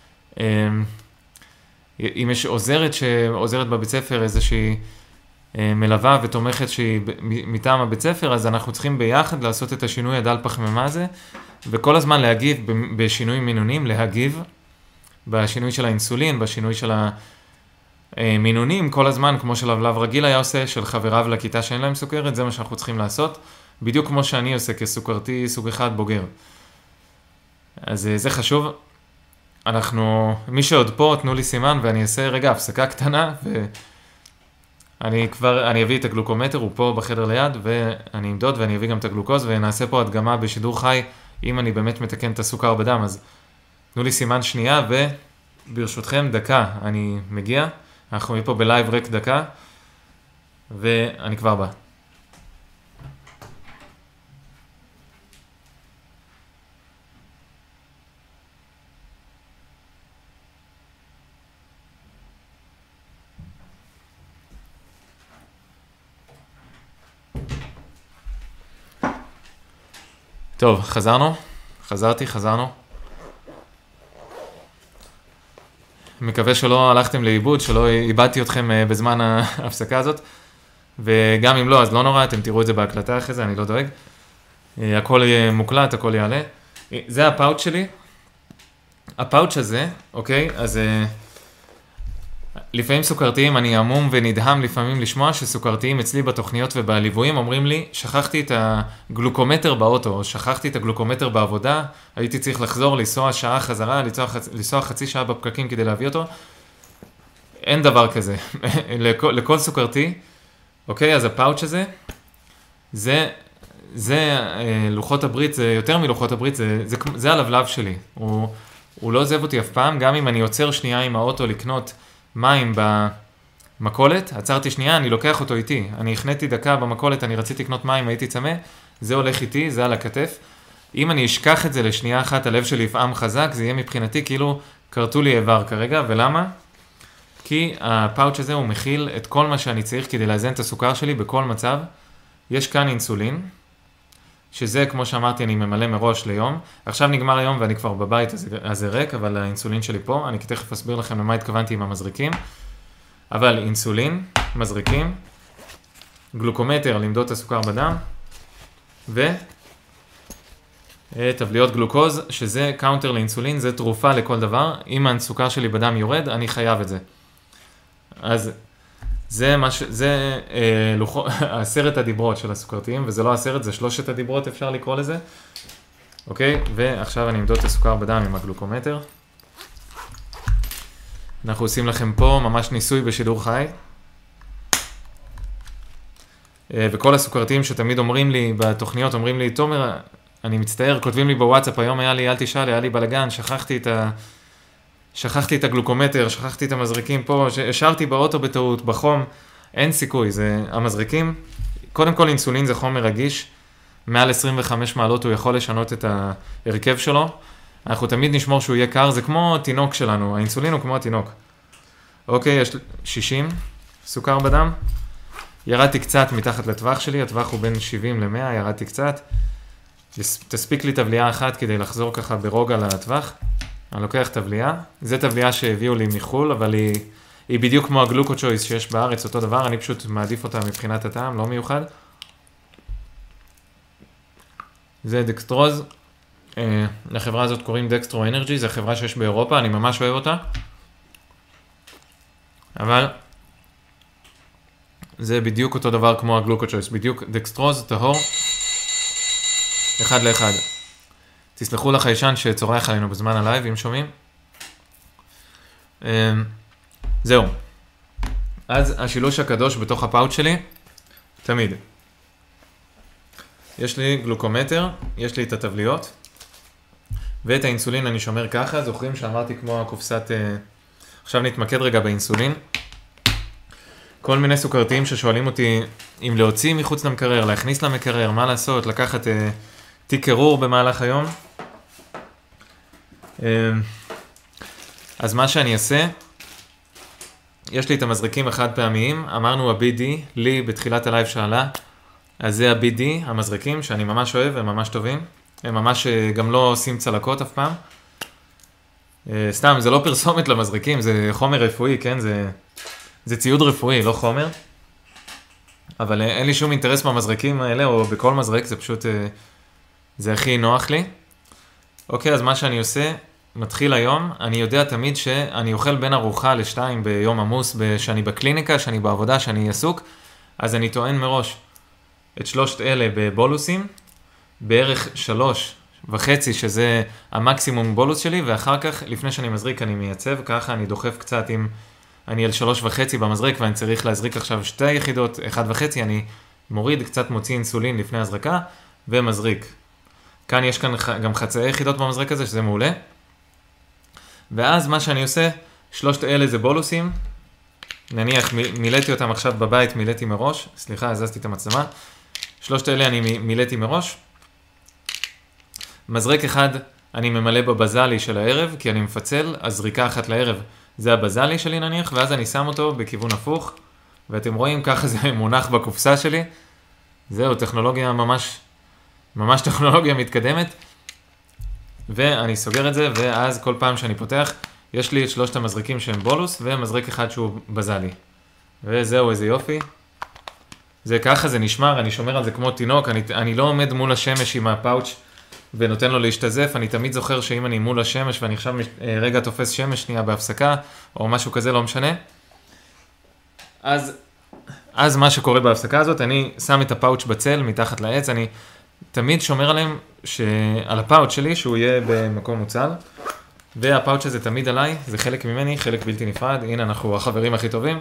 אם יש עוזרת שעוזרת בבית ספר, איזושהי מלווה ותומכת שהיא מטעם הבית ספר, אז אנחנו צריכים ביחד לעשות את השינוי הדל פחמימה הזה, וכל הזמן להגיב בשינויים מינונים, להגיב בשינוי של האינסולין, בשינוי של המינונים, כל הזמן, כמו שלבלב רגיל היה עושה, של חבריו לכיתה שאין להם סוכרת, זה מה שאנחנו צריכים לעשות, בדיוק כמו שאני עושה כסוכרתי סוג אחד בוגר. אז זה חשוב. אנחנו, מי שעוד פה, תנו לי סימן ואני אעשה רגע הפסקה קטנה, ואני כבר, אני אביא את הגלוקומטר, הוא פה בחדר ליד, ואני אמדוד ואני אביא גם את הגלוקוז, ונעשה פה הדגמה בשידור חי, אם אני באמת מתקן את הסוכר בדם, אז תנו לי סימן שנייה, וברשותכם דקה, אני מגיע, אנחנו פה בלייב רק דקה, ואני כבר בא. טוב, חזרנו, חזרתי, חזרנו. מקווה שלא הלכתם לאיבוד, שלא איבדתי אתכם בזמן ההפסקה הזאת, וגם אם לא, אז לא נורא, אתם תראו את זה בהקלטה אחרי זה, אני לא דואג. הכל יהיה מוקלט, הכל יעלה. זה הפאוץ' שלי. הפאוץ' הזה, אוקיי, אז לפעמים סוכרתיים, אני עמום ונדהם לפעמים לשמוע שסוכרתיים אצלי בתוכניות ובליוויים אומרים לי, שכחתי את הגלוקומטר באוטו, או שכחתי את הגלוקומטר בעבודה, הייתי צריך לחזור, לנסוע שעה חזרה, לנסוע, לנסוע חצי שעה בפקקים כדי להביא אותו. אין דבר כזה. לכל, לכל סוכרתי, אוקיי, אז הפאוץ' הזה, זה, זה לוחות הברית, זה יותר מלוחות הברית, זה, זה, זה הלבלב שלי. הוא, הוא לא עוזב אותי אף פעם, גם אם אני עוצר שנייה עם האוטו לקנות מים במקולת, עצרתי שנייה, אני לוקח אותו איתי. אני הכנתי דקה במקולת, אני רציתי לקנות מים, הייתי צמא, זה הולך איתי, זה על הכתף. אם אני אשכח את זה לשנייה אחת, הלב שלי יפעם חזק, זה יהיה מבחינתי כאילו קרתו לי איבר כרגע, ולמה? כי הפאוץ' הזה הוא מכיל את כל מה שאני צריך כדי לאזן את הסוכר שלי בכל מצב. יש כאן אינסולין, שזה כמו שאמרתי אני ממלא מראש ליום. עכשיו נגמר היום ואני כבר בבית, אז, אז זה ריק, אבל האינסולין שלי פה, אני תכף אסביר לכם למה התכוונתי עם המזריקים. אבל אינסולין, מזריקים, גלוקומטר למדוד את הסוכר בדם, וטבליות גלוקוז, שזה קאונטר לאינסולין, זה תרופה לכל דבר. אם הסוכר שלי בדם יורד, אני חייב את זה. אז זה, מה ש... זה אה, לוחו... עשרת הדיברות של הסוכרתיים, וזה לא עשרת, זה שלושת הדיברות אפשר לקרוא לזה. אוקיי, ועכשיו אני אמדוד את הסוכר בדם עם הגלוקומטר. אנחנו עושים לכם פה ממש ניסוי בשידור חי. וכל הסוכרתיים שתמיד אומרים לי בתוכניות, אומרים לי, תומר, אני מצטער, כותבים לי בוואטסאפ, היום היה לי, אל תשאל, היה לי בלגן, שכחתי את ה... שכחתי את הגלוקומטר, שכחתי את המזריקים פה, השארתי באוטו בטעות, בחום, אין סיכוי, זה המזריקים. קודם כל אינסולין זה חומר רגיש, מעל עשרים וחמש מעלות הוא יכול לשנות את ההרכב שלו. אנחנו תמיד נשמור שהוא יהיה קר, זה כמו תינוק שלנו, האינסולין הוא כמו התינוק. אוקיי, יש שישים סוכר בדם. ירדתי קצת מתחת לטווח שלי, הטווח הוא בין שבעים למאה, ירדתי קצת. תספיק לי תבליעה אחת כדי לחזור ככה ברוגע לטווח. אני לוקח תבליעה, זה תבליעה שהביאו לי מחול, אבל היא, היא בדיוק כמו הגלוקוצ'ויס שיש בארץ, אותו דבר, אני פשוט מעדיף אותה מבחינת הטעם, לא מיוחד. זה דקסטרוז, אה, לחברה הזאת קוראים דקסטרו אנרג'י, זו חברה שיש באירופה, אני ממש אוהב אותה. אבל זה בדיוק אותו דבר כמו הגלוקוצ'ויס, בדיוק דקסטרוז, טהור, אחד לאחד. תסלחו לחיישן שצורח עלינו בזמן הלייב, אם שומעים. זהו. אז השילוש הקדוש בתוך הפאוט שלי, תמיד. יש לי גלוקומטר, יש לי את התבליות, ואת האינסולין אני שומר ככה, זוכרים שאמרתי כמו הקופסת... עכשיו נתמקד רגע באינסולין. כל מיני סוכרתיים ששואלים אותי אם להוציא מחוץ למקרר, להכניס למקרר, מה לעשות, לקחת אה, תיק קירור במהלך היום. אה, אז מה שאני אעשה, יש לי את המזריקים החד פעמיים, אמרנו ה-בי די, לי בתחילת הלייב שעלה, אז זה ה-בי די, המזריקים, שאני ממש אוהב, הם ממש טובים, הם ממש גם לא עושים צלקות אף פעם. אה, סתם, זה לא פרסומת למזריקים, זה חומר רפואי, כן? זה... זה ציוד רפואי, לא חומר, אבל אין לי שום אינטרס במזרקים האלה, או בכל מזרק, זה פשוט, זה הכי נוח לי. אוקיי, אז מה שאני עושה, מתחיל היום, אני יודע תמיד שאני אוכל בין ארוחה לשתיים ביום עמוס, שאני בקליניקה, שאני בעבודה, שאני עסוק, אז אני טוען מראש את שלושת אלה בבולוסים, בערך שלוש וחצי, שזה המקסימום בולוס שלי, ואחר כך, לפני שאני מזריק, אני מייצב, ככה אני דוחף קצת עם... אני על שלוש וחצי במזרק, ואני צריך להזריק עכשיו שתי יחידות, אחד וחצי, אני מוריד, קצת מוציא אינסולין לפני הזרקה, ומזריק. כאן יש כאן גם חצאי יחידות במזרק הזה, שזה מעולה. ואז מה שאני עושה, שלושת אלה זה בולוסים, נניח מילאתי אותם עכשיו בבית, מילאתי מראש, סליחה, הזזתי את המצלמה, שלושת אלה אני מילאתי מראש. מזרק אחד אני ממלא בבזלי של הערב, כי אני מפצל, אז זריקה אחת לערב, זה הבזלי שלי נניח, ואז אני שם אותו בכיוון הפוך, ואתם רואים ככה זה מונח בקופסה שלי. זהו, טכנולוגיה ממש, ממש טכנולוגיה מתקדמת. ואני סוגר את זה, ואז כל פעם שאני פותח, יש לי את שלושת המזריקים שהם בולוס, ומזריק אחד שהוא בזלי. וזהו, איזה יופי. זה ככה, זה נשמר, אני שומר על זה כמו תינוק, אני, אני לא עומד מול השמש עם הפאוץ' ונותן לו להשתזף, אני תמיד זוכר שאם אני מול השמש, ואני עכשיו רגע תופס שמש שנייה בהפסקה, או משהו כזה, לא משנה. אז, אז מה שקורה בהפסקה הזאת, אני שם את הפאוץ' בצל מתחת לעץ, אני תמיד שומר עליהם, על הפאוץ' שלי, שהוא יהיה במקום מוצל, והפאוץ' הזה תמיד עליי, זה חלק ממני, חלק בלתי נפרד, הנה אנחנו החברים הכי טובים.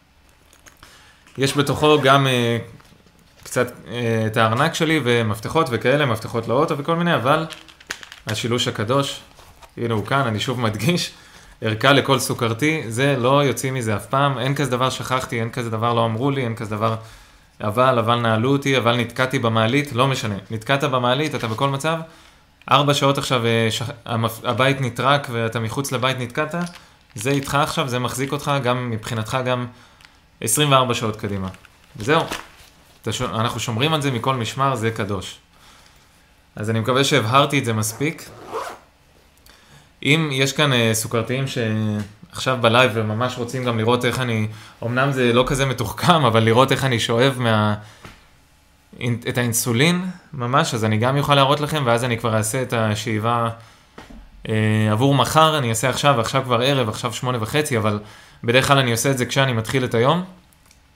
יש בתוכו גם קצת את הארנק שלי ומפתחות וכאלה, מפתחות לאוטו וכל מיני, אבל השילוש הקדוש, הנה הוא כאן, אני שוב מדגיש, ערכה לכל סוכרתי, זה לא יוצאים מזה אף פעם, אין כזה דבר שכחתי, אין כזה דבר לא אמרו לי, אין כזה דבר אבל, אבל נעלו אותי, אבל נתקעתי במעלית, לא משנה, נתקעת במעלית, אתה בכל מצב, ארבע שעות עכשיו שח... הבית נטרק ואתה מחוץ לבית נתקעת, זה איתך עכשיו, זה מחזיק אותך, גם מבחינתך גם עשרים וארבע שעות קדימה. וזהו. אנחנו שומרים על זה מכל משמר, זה קדוש. אז אני מקווה שהבהרתי את זה מספיק. אם יש כאן סוכרתיים שעכשיו בלייב וממש רוצים גם לראות איך אני, אמנם זה לא כזה מתוחכם, אבל לראות איך אני שואב מה... את האינסולין ממש, אז אני גם יוכל להראות לכם, ואז אני כבר אעשה את השאיבה אה, עבור מחר, אני אעשה עכשיו, עכשיו כבר ערב, עכשיו שמונה וחצי, אבל בדרך כלל אני עושה את זה כשאני מתחיל את היום.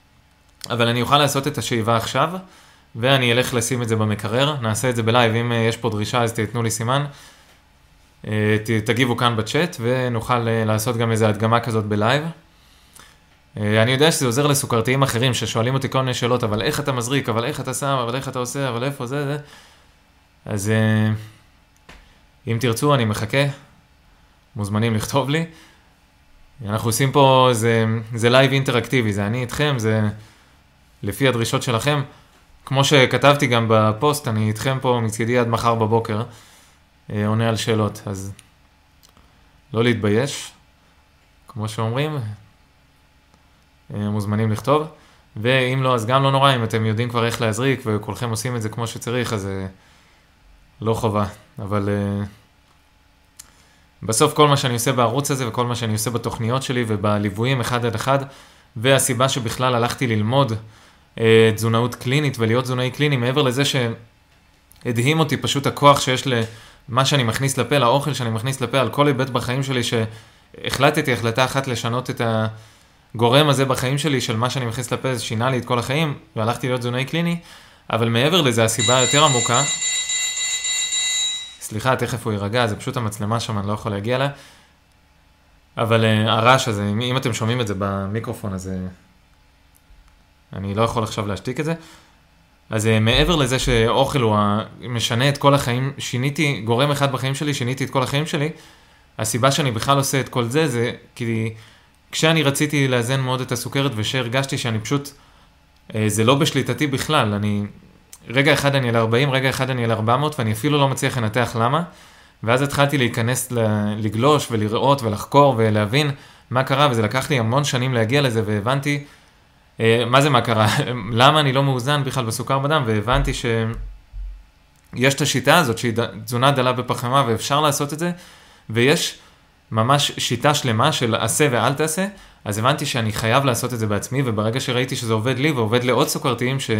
אבל אני אוכל לעשות את השאיבה עכשיו, ואני אלך לשים את זה במקרר, נעשה את זה בלייב, אם יש פה דרישה אז תתנו לי סימן, תגיבו כאן בצ'אט, ונוכל לעשות גם איזו הדגמה כזאת בלייב. אני יודע שזה עוזר לסוכרתיים אחרים, ששואלים אותי כל מיני שאלות, אבל איך אתה מזריק, אבל איך אתה שם, אבל איך אתה עושה, אבל איפה זה, זה. אז אם תרצו, אני מחכה, מוזמנים לכתוב לי. אנחנו עושים פה, זה, זה לייב אינטראקטיבי, זה אני איתכם, זה לפי הדרישות שלכם. כמו שכתבתי גם בפוסט, אני איתכם פה מצדי עד מחר בבוקר, עונה על שאלות, אז לא להתבייש, כמו שאומרים, מוזמנים לכתוב, ואם לא, אז גם לא נורא, אם אתם יודעים כבר איך להזריק, וכולכם עושים את זה כמו שצריך, אז לא חובה, אבל בסוף כל מה שאני עושה בערוץ הזה, וכל מה שאני עושה בתוכניות שלי, ובליוויים אחד עד אחד, והסיבה שבכלל הלכתי ללמוד תזונאות קלינית, ולהיות תזונאי קליני, מעבר לזה שהדהים אותי פשוט הכוח שיש למה שאני מכניס לפה, לאוכל שאני מכניס לפה, על כל היבט בחיים שלי, שהחלטתי החלטה אחת לשנות את הגורם הזה בחיים שלי, של מה שאני מכניס לפה, זה שינה לי את כל החיים, והלכתי להיות תזונאי קליני, אבל מעבר לזה, הסיבה יותר עמוקה, סליחה, תכף הוא יירגע, זה פשוט המצלמה שם, אני לא יכול להגיע לה, אבל uh, הרעש הזה, אם, אם אתם שומעים את זה במיקרופון, אז uh, אני לא יכול עכשיו להשתיק את זה, אז uh, מעבר לזה שאוכל הוא משנה את כל החיים, שיניתי, גורם אחד בחיים שלי, שיניתי את כל החיים שלי, הסיבה שאני בכלל עושה את כל זה, זה כי כשאני רציתי לאזן מאוד את הסוכרת, ושהרגשתי שאני פשוט, uh, זה לא בשליטתי בכלל, אני... רגע אחד אני על ארבעים, רגע אחד אני על ארבע מאות, ואני אפילו לא מצליח לנתח למה, ואז התחלתי להיכנס, לגלוש ולראות ולחקור ולהבין מה קרה, וזה לקח לי המון שנים להגיע לזה, והבנתי, מה זה מה קרה, למה אני לא מאוזן בכלל בסוכר בדם, והבנתי שיש את השיטה הזאת, שהיא תזונה דלה בפחמימה, ואפשר לעשות את זה, ויש ממש שיטה שלמה של עשה ואל תעשה, אז הבנתי שאני חייב לעשות את זה בעצמי, וברגע שראיתי שזה עובד לי, ועובד לעוד סוכרתיים, ש...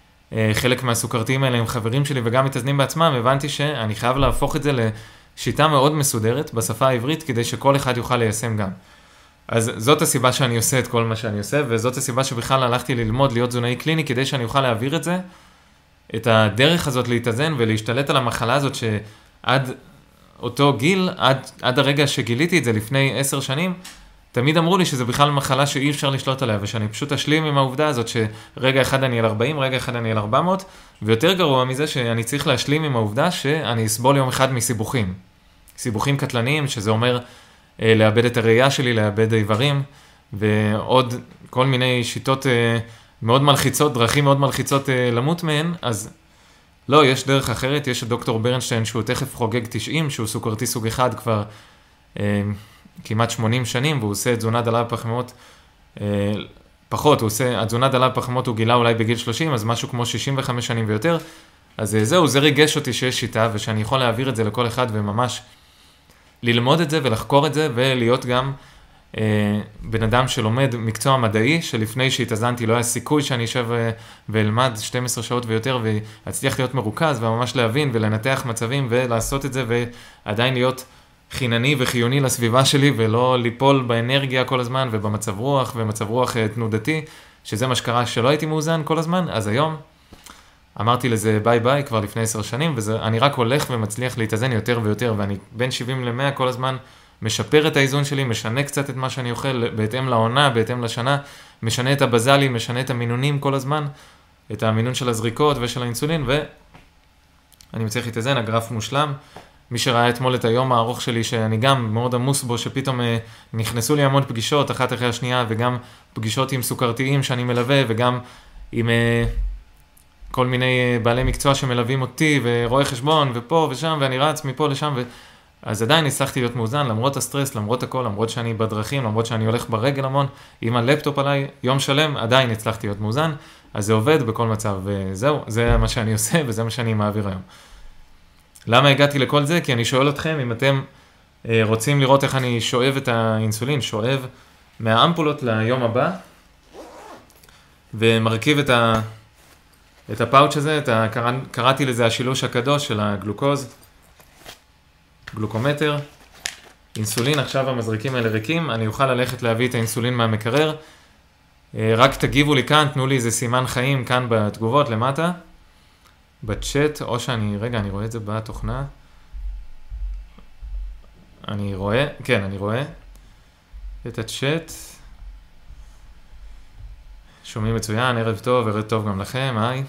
חלק מהסוכרתיים האלה הם חברים שלי וגם מתאזנים בעצמם, הבנתי שאני חייב להפוך את זה לשיטה מאוד מסודרת בשפה העברית, כדי שכל אחד יוכל ליישם גם. אז זאת הסיבה שאני עושה את כל מה שאני עושה, וזאת הסיבה שבכלל הלכתי ללמוד להיות תזונאי קליני, כדי שאני אוכל להעביר את זה, את הדרך הזאת להתאזן ולהשתלט על המחלה הזאת, שעד אותו גיל, עד, עד הרגע שגיליתי את זה לפני עשר שנים, תמיד אמרו לי שזה בכלל מחלה שאי אפשר לשלוט עליה, ושאני פשוט אשלים עם העובדה הזאת שרגע אחד אני על ארבעים, רגע אחד אני על ארבע מאות, ויותר גרוע מזה שאני צריך להשלים עם העובדה שאני אסבול יום אחד מסיבוכים. סיבוכים קטלניים, שזה אומר אה, לאבד את הראייה שלי, לאבד איברים, ועוד כל מיני שיטות אה, מאוד מלחיצות, דרכים מאוד מלחיצות אה, למות מהן, אז לא, יש דרך אחרת, יש את דוקטור ברנשטיין שהוא תכף חוגג תשעים, שהוא סוכרתי סוג אחד כבר... אה, כמעט שמונים שנים, והוא עושה את תזונה דלה בפחמימות, אה, פחות, הוא עושה, התזונה דלה בפחמימות הוא גילה אולי בגיל שלושים, אז משהו כמו שישים וחמש שנים ויותר, אז אה, זהו, זה ריגש אותי שיש שיטה, ושאני יכול להעביר את זה לכל אחד, וממש ללמוד את זה, ולחקור את זה, ולהיות גם אה, בן אדם שלומד מקצוע מדעי, שלפני שהתאזנתי לא היה סיכוי שאני אשב אה, ואלמד שתים עשרה שעות ויותר, והצליח להיות מרוכז, וממש להבין, ולנתח מצבים, ולעשות את זה, ועדיין להיות חינני וחיוני לסביבה שלי, ולא ליפול באנרגיה כל הזמן, ובמצב רוח, ומצב רוח תנודתי, שזה מה שקרה שלא הייתי מאוזן כל הזמן, אז היום אמרתי לזה ביי ביי כבר לפני עשר שנים, ואני רק הולך ומצליח להתאזן יותר ויותר, ואני בין שבעים למאה כל הזמן משפר את האיזון שלי, משנה קצת את מה שאני אוכל, בהתאם לעונה, בהתאם לשנה, משנה את הבזלים, משנה את המינונים כל הזמן, את המינון של הזריקות ושל האינסולין, ואני מצליח להתאזן, הגרף מושלם, מי שראה אתמול את היום הארוך שלי, שאני גם מאוד עמוס בו, שפתאום אה, נכנסו לי המון פגישות, אחת אחרי השנייה, וגם פגישות עם סוכרתיים שאני מלווה, וגם עם אה, כל מיני אה, בעלי מקצוע שמלווים אותי, ורואי חשבון, ופה ושם, ואני רץ מפה לשם, ו... אז עדיין הצלחתי להיות מאוזן, למרות הסטרס, למרות הכל, למרות שאני בדרכים, למרות שאני הולך ברגל המון, עם הלפטופ עליי, יום שלם, עדיין הצלחתי להיות מאוזן, אז זה עובד בכל מצב, וזהו, זה מה שאני עושה, וזה מה שאני מעביר היום. למה הגעתי לכל זה? כי אני שואל אתכם, אם אתם אה, רוצים לראות איך אני שואב את האינסולין, שואב מהאמפולות ליום הבא, ומרכיב את, ה, את הפאוץ' הזה, את ה, קרא, קראתי לזה השילוש הקדוש של הגלוקוז, גלוקומטר, אינסולין, עכשיו המזריקים האלה ריקים, אני אוכל ללכת להביא את האינסולין מהמקרר, רק תגיבו לי כאן, תנו לי איזה סימן חיים כאן בתגובות למטה, בצ'אט, או שאני, רגע, אני רואה את זה בתוכנה. אני רואה, כן, אני רואה את הצ'אט. שומעים מצוין, ערב טוב, ערב טוב גם לכם, היי.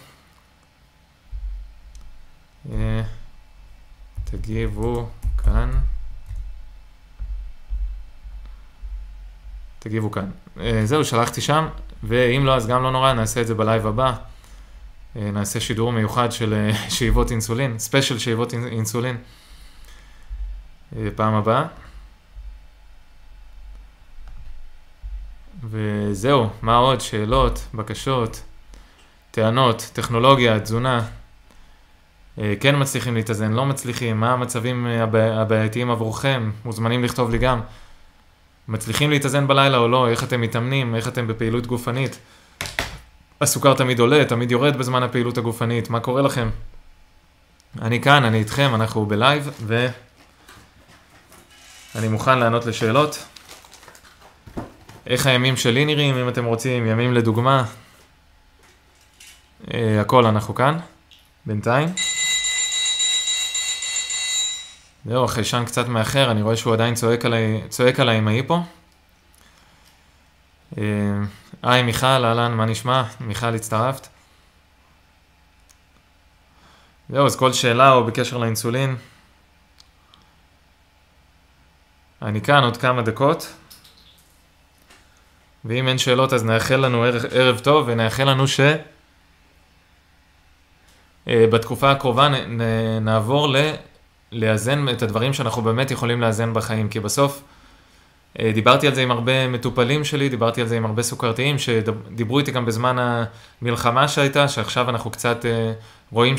תגיבו כאן. תגיבו כאן. זהו, שלחתי שם, ואם לא, אז גם לא נורא, נעשה את זה בלייב הבא. נעשה שידור מיוחד של שאיבות אינסולין, ספיישל שאיבות אינסולין. פעם הבאה. וזהו, מה עוד? שאלות, בקשות, טענות, טכנולוגיה, תזונה. כן מצליחים להתאזן, לא מצליחים, מה המצבים הבעייתיים עבורכם? מוזמנים לכתוב לי גם. מצליחים להתאזן בלילה או לא? איך אתם מתאמנים? איך אתם בפעילות גופנית? הסוכר תמיד עולה, תמיד יורד בזמן הפעילות הגופנית. מה קורה לכם? אני כאן, אני איתכם, אנחנו בלייב, ואני מוכן לענות לשאלות. איך הימים שלי נראים, אם אתם רוצים, ימים לדוגמה. אה, הכל אנחנו כאן, בינתיים. זהו, החיישן קצת מאחר, אני רואה שהוא עדיין צועק עליי, צועק עליי אמאי פה. אה, היי מיכל, אהלן, מה נשמע? מיכל, הצטרפת. זהו, אז כל שאלה או בקשר לאינסולין. אני כאן עוד כמה דקות. ואם אין שאלות, אז נאחל לנו ערב, ערב טוב, ונאחל לנו ש... בתקופה הקרובה נ, נעבור ל... לאזן את הדברים שאנחנו באמת יכולים לאזן בחיים, כי בסוף דיברתי על זה עם הרבה מטופלים שלי, דיברתי על זה עם הרבה סוכרתיים, שדיברו איתי גם בזמן המלחמה שהייתה, שעכשיו אנחנו קצת רואים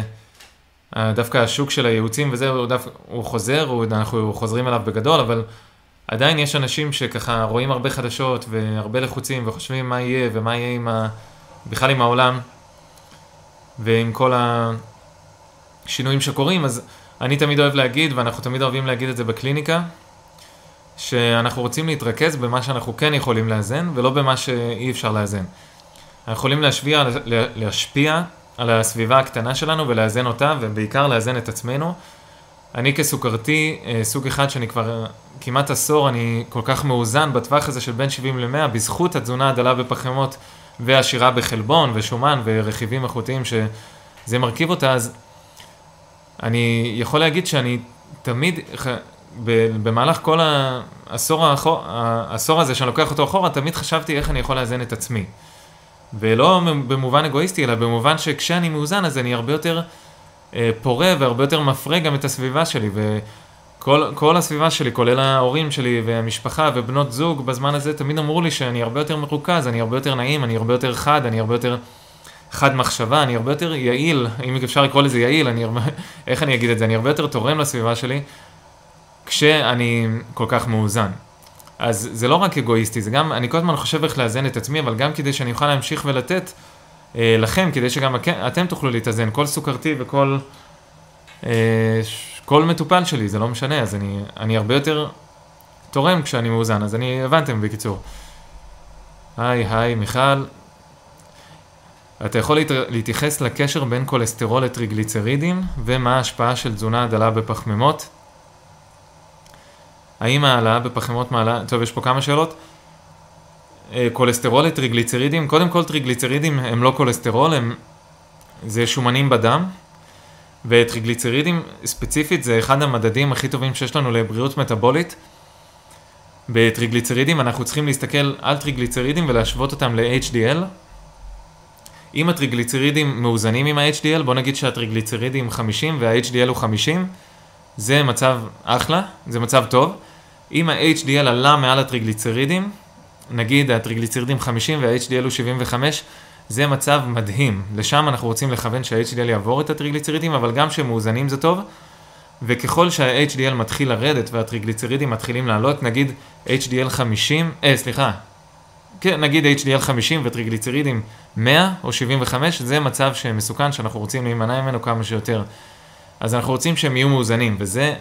שדווקא השוק של הייעוצים וזה, הוא, דווקא, הוא חוזר, אנחנו חוזרים אליו בגדול, אבל עדיין יש אנשים שככה רואים הרבה חדשות והרבה לחוצים וחושבים מה יהיה ומה יהיה עם ה... בכלל עם העולם ועם כל השינויים שקורים, אז אני תמיד אוהב להגיד, ואנחנו תמיד אוהבים להגיד את זה בקליניקה, שאנחנו רוצים להתרכז במה שאנחנו כן יכולים לאזן, ולא במה שאי אפשר לאזן. אנחנו יכולים להשפיע, להשפיע על הסביבה הקטנה שלנו ולאזן אותה, ובעיקר לאזן את עצמנו. אני כסוכרתי, סוג אחד שאני כבר כמעט עשור, אני כל כך מאוזן בטווח הזה של בין שבעים למאה, בזכות התזונה הדלה בפחמימות והעשירה בחלבון ושומן ורכיבים איכותיים שזה מרכיב אותה, אז אני יכול להגיד שאני תמיד, במהלך כל העשור, האחור, העשור הזה שאני לוקח אותו אחורה, תמיד חשבתי איך אני יכול לאזן את עצמי. ולא במובן אגואיסטי, אלא במובן שכשאני מאוזן, אז אני הרבה יותר פורה והרבה יותר מפרה גם את הסביבה שלי. וכל כל הסביבה שלי, כולל ההורים שלי והמשפחה ובנות זוג, בזמן הזה תמיד אמרו לי שאני הרבה יותר מרוכז, אני הרבה יותר נעים, אני הרבה יותר חד, אני הרבה יותר... חד מחשבה, אני הרבה יותר יעיל, אם אפשר לקרוא לזה יעיל, אני הרבה, איך אני אגיד את זה, אני הרבה יותר תורם לסביבה שלי, כשאני כל כך מאוזן. אז זה לא רק אגואיסטי, זה גם, אני כל הזמן חושב איך לאזן את עצמי, אבל גם כדי שאני אוכל להמשיך ולתת אה, לכם, כדי שגם אתם תוכלו להתאזן, כל סוכרתי וכל אה, כל מטופל שלי, זה לא משנה, אז אני, אני הרבה יותר תורם כשאני מאוזן, אז אני הבנתם בקיצור. היי, היי, מיכל. אתה יכול להתייחס לקשר בין כולסטרול לטריגליצרידים, ומה ההשפעה של תזונה דלה בפחמימות? האם העלאה בפחמימות מעלה? טוב, יש פה כמה שאלות. כולסטרול לטריגליצרידים, קודם כל טריגליצרידים הם לא כולסטרול, הם... זה שומנים בדם, וטריגליצרידים ספציפית זה אחד המדדים הכי טובים שיש לנו לבריאות מטאבולית. בטריגליצרידים אנחנו צריכים להסתכל על טריגליצרידים ולהשוות אותם ל-אייץ' די אל, אם הטריגליצרידים מאוזנים עם ה-אייץ' די אל, בוא נגיד שהטריגליצרידים חמישים וה-אייץ' די אל הוא חמישים, זה מצב אחלה, זה מצב טוב. אם ה-אייץ' די אל עלה מעל הטריגליצרידים, נגיד הטריגליצרידים חמישים וה-אייץ' די אל הוא שבעים וחמש, זה מצב מדהים. לשם אנחנו רוצים לכוון שה-אייץ' די אל יעבור את הטריגליצרידים, אבל גם שמאוזנים זה טוב. וככל שה-אייץ' די אל מתחיל לרדת והטריגליצרידים מתחילים לעלות, נגיד אייץ' די אל חמישים, אה, סליחה, כן, נגיד אייץ' די אל חמישים וטריגליצרידים מאה או שבעים וחמש, זה מצב שמסוכן שאנחנו רוצים להימנע ממנו כמה שיותר. אז אנחנו רוצים שהם יהיו מאוזנים, וזה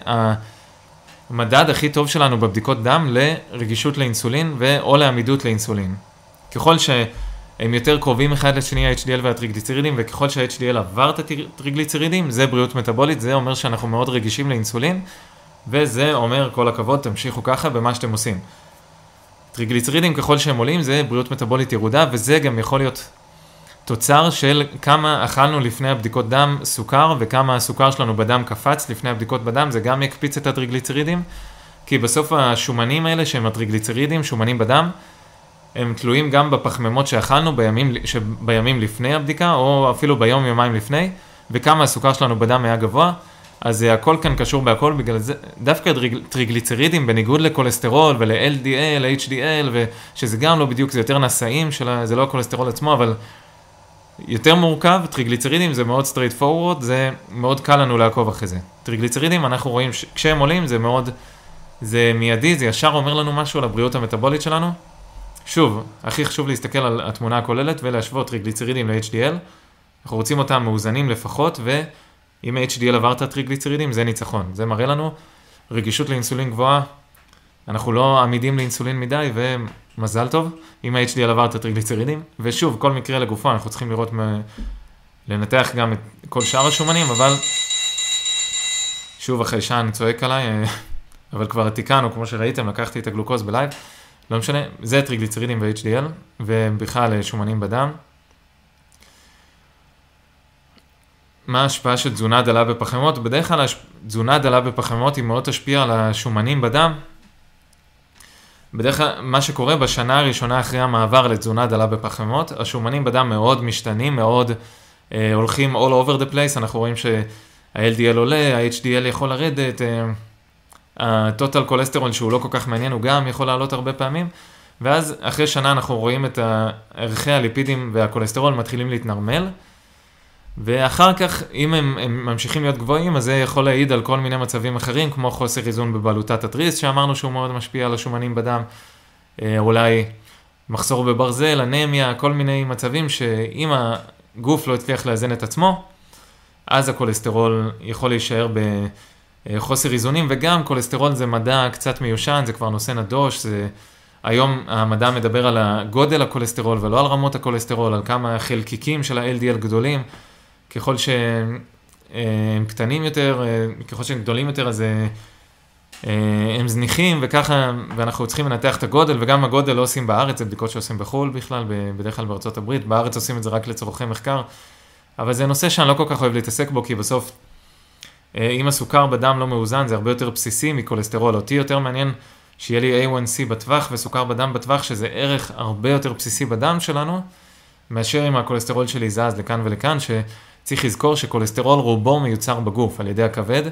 המדד הכי טוב שלנו בבדיקות דם לרגישות לאינסולין או לעמידות לאינסולין. ככל שהם יותר קרובים אחד לשני, ה-אייץ' די אל והטריגליצרידים, וככל שה-אייץ' די אל עבר את הטריגליצרידים, זה בריאות מטאבולית, זה אומר שאנחנו מאוד רגישים לאינסולין, וזה אומר כל הכבוד, תמשיכו ככה במה שאתם עושים. טריגליצרידים ככל שהם עולים, זה בריאות מטאבולית ירודה, וזה גם יכול להיות תוצר של כמה אכלנו לפני הבדיקות דם סוכר, וכמה הסוכר שלנו בדם קפץ לפני הבדיקות בדם, זה גם יקפיץ את הטריגליצרידים, כי בסוף השומנים האלה שהם הטריגליצרידים, שומנים בדם, הם תלויים גם בפחמימות שאכלנו בימים, בימים לפני הבדיקה, או אפילו ביום יומיים לפני, וכמה הסוכר שלנו בדם היה גבוה, אז הכל כאן קשור בהכל, בגלל זה, דווקא טריגליצרידים, בניגוד לקולסטרול ול-אל די אל, אייץ' די אל, ושזה גם לא בדיוק, זה יותר נשאים, שלה, זה לא הקולסטרול עצמו, אבל יותר מורכב, טריגליצרידים זה מאוד straight forward, זה מאוד קל לנו לעקוב אחרי זה. טריגליצרידים, אנחנו רואים, ש... כשהם עולים, זה מאוד, זה מיידי, זה ישר אומר לנו משהו על הבריאות המטאבולית שלנו. שוב, הכי חשוב להסתכל על התמונה הכוללת ולהשוות טריגליצרידים ל-אייץ' די אל. אנחנו רוצים אותם מאוזנים לפחות, ואם ה-אייץ' די אל עבר את הטריגליצרידים, זה ניצחון. זה מראה לנו רגישות לאינסולין גבוהה. אנחנו לא עמידים לאינסולין מדי, ומזל טוב, אם ה-אייץ' די אל עבר את הטריגליצרידים. ושוב, כל מקרה לגופו, אנחנו צריכים לראות, מ... לנתח גם את כל שאר השומנים, אבל שוב, החיישן אני צועק עליי, אבל כבר תיקנו, כמו שראיתם, לקחתי את הגלוקוז בלייב. לא משנה, זה טריגליצרידים ו-אייץ' די אל, ובכלל שומנים בדם. מה ההשפעה של תזונה דלה בפחמימות? בדרך כלל תזונה דלה בפחמימות היא מאוד תשפיע על השומנים בדם. בדרך כלל מה שקורה בשנה הראשונה אחרי המעבר לתזונה דלה בפחמימות, השומנים בדם מאוד משתנים, מאוד אה, הולכים all over the place, אנחנו רואים שה-אל די אל עולה, ה-אייץ' די אל יכול לרדת, אה, הטוטל קולסטרול שהוא לא כל כך מעניין, הוא גם יכול לעלות הרבה פעמים, ואז אחרי שנה אנחנו רואים את ערכי הליפידים והקולסטרול מתחילים להתנרמל, ואחר כך, אם הם, הם ממשיכים להיות גבוהים, אז זה יכול להעיד על כל מיני מצבים אחרים, כמו חוסר איזון בבלוטת התריס, שאמרנו שהוא מאוד משפיע על השומנים בדם, אולי מחסור בברזל, אנמיה, כל מיני מצבים שאם הגוף לא הצליח לאזן את עצמו, אז הקולסטרול יכול להישאר בחוסר איזונים, וגם קולסטרול זה מדע קצת מיושן, זה כבר נושא נדוש, זה... היום המדע מדבר על הגודל הקולסטרול ולא על רמות הקולסטרול, על כמה חלקיקים של ה-אל די אל גדולים, ככל שהם קטנים יותר, ככל שהם גדולים יותר, אז הם זניחים וככה, ואנחנו צריכים לנתח את הגודל, וגם הגודל לא עושים בארץ, זה בדיקות שעושים בחול בכלל, בדרך כלל בארצות הברית, בארץ עושים את זה רק לצורכי מחקר, אבל זה נושא שאני לא כל כך אוהב להתעסק בו, כי בסוף, אם הסוכר בדם לא מאוזן, זה הרבה יותר בסיסי מקולסטרול, אותי יותר מעניין שיהיה לי איי וואן סי בטווח וסוכר בדם בטווח, שזה ערך הרבה יותר בסיסי בדם שלנו, מאשר אם הקולסטרול שלי זז לכאן ולכאן, שצריך לזכור שקולסטרול רובו מיוצר בגוף על ידי הכבד.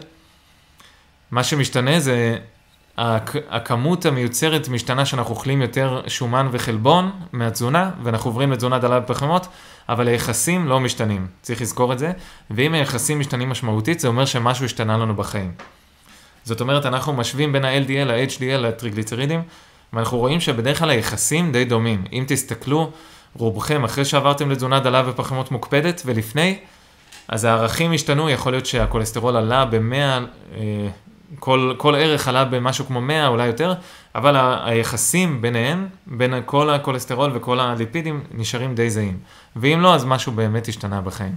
מה שמשתנה זה, הכמות המיוצרת משתנה שאנחנו אוכלים יותר שומן וחלבון מהתזונה, ואנחנו עוברים לתזונה דלה בפחמימות, אבל היחסים לא משתנים, צריך לזכור את זה, ואם היחסים משתנים משמעותית, זה אומר שמשהו השתנה לנו בחיים. זאת אומרת, אנחנו משווים בין ה-אל די אל, ה-אייץ' די אל, לטריגליצרידים, ואנחנו רואים שבדרך כלל היחסים די דומים. אם תסתכלו, רובכם, אחרי שעברתם לתזונה דלה בפחמימות מוקפדת ולפני, אז הערכים השתנו, יכול להיות שהקולסטרול עלה ב-מאה, כל, כל ערך עלה במשהו כמו מאה, אולי יותר, אבל היחסים ביניהם, בין כל הקולסטרול וכל הליפידים, נשארים די זהים. ואם לא, אז משהו באמת השתנה בחיים.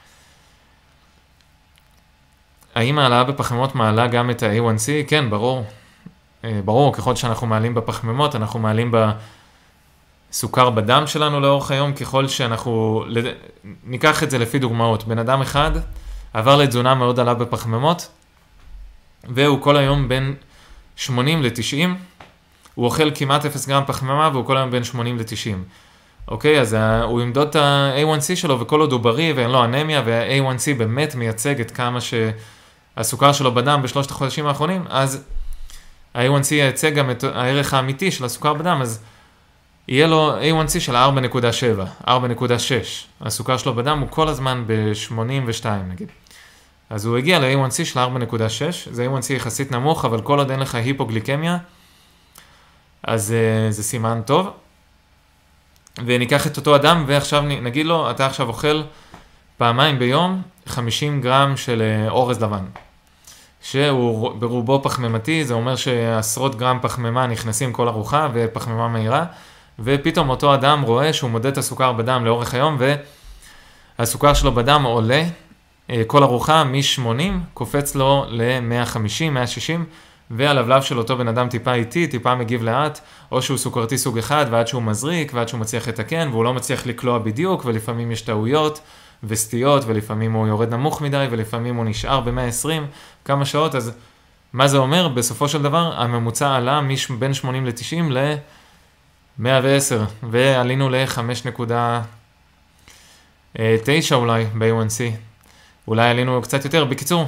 האם העלאה בפחמימות מעלה גם את ה-איי וואן סי? כן, ברור. ברור, ככל שאנחנו מעלים בפחמימות, אנחנו מעלים בסוכר בדם שלנו לאורך היום, ככל שאנחנו, ניקח את זה לפי דוגמאות. בן אדם אחד עבר לתזונה מאוד עלה בפחמימות, והוא כל היום בין שמונים ל-תשעים, הוא אוכל כמעט אפס גרם פחמימה, והוא כל היום בין שמונים ל-תשעים. אוקיי, אז הוא ימדוד את ה-איי וואן סי שלו, וכל עוד הוא בריא, ואין לו אנמיה, וה-איי וואן סי באמת מייצג את כמה שהסוכר שלו בדם בשלושת החודשים האחרונים, אז ה-איי וואן סי ייצג גם את הערך האמיתי של הסוכר בדם, אז יהיה לו איי וואן סי של ארבע נקודה שבע, ארבע נקודה שש. הסוכר שלו בדם הוא כל הזמן ב-שמונים ושתיים נגיד. אז הוא הגיע ל-איי וואן סי של ארבע נקודה שש, זה איי וואן סי יחסית נמוך, אבל כל עוד אין לך היפוגליקמיה, אז uh, זה סימן טוב. וניקח את אותו אדם, ועכשיו נגיד לו, אתה עכשיו אוכל פעמיים ביום חמישים גרם של אורז לבן. שהוא ברובו פחמימתי, זה אומר שעשרות גרם פחמימה נכנסים כל ארוחה, ופחמימה מהירה, ופתאום אותו אדם רואה שהוא מודד את הסוכר בדם לאורך היום, והסוכר שלו בדם עולה, כל ארוחה מ-שמונים קופץ לו ל-מאה וחמישים, מאה ושישים, והלבלב של אותו בן אדם טיפה איטי, טיפה מגיב לאט, או שהוא סוכרתי סוג אחד, ועד שהוא מזריק, ועד שהוא מצליח לתקן, והוא לא מצליח לקלוע בדיוק, ולפעמים יש טעויות וסטיות, ולפעמים הוא יורד נמוך מדי, ולפעמים הוא נשאר ב-מאה ועשרים כמה שעות. אז מה זה אומר? בסופו של דבר, הממוצע עלה בין שמונים ל-תשעים ל-מאה ועשר, ועלינו ל-חמש נקודה תשע אולי ב-איי וואן סי. אולי עלינו קצת יותר. בקיצור,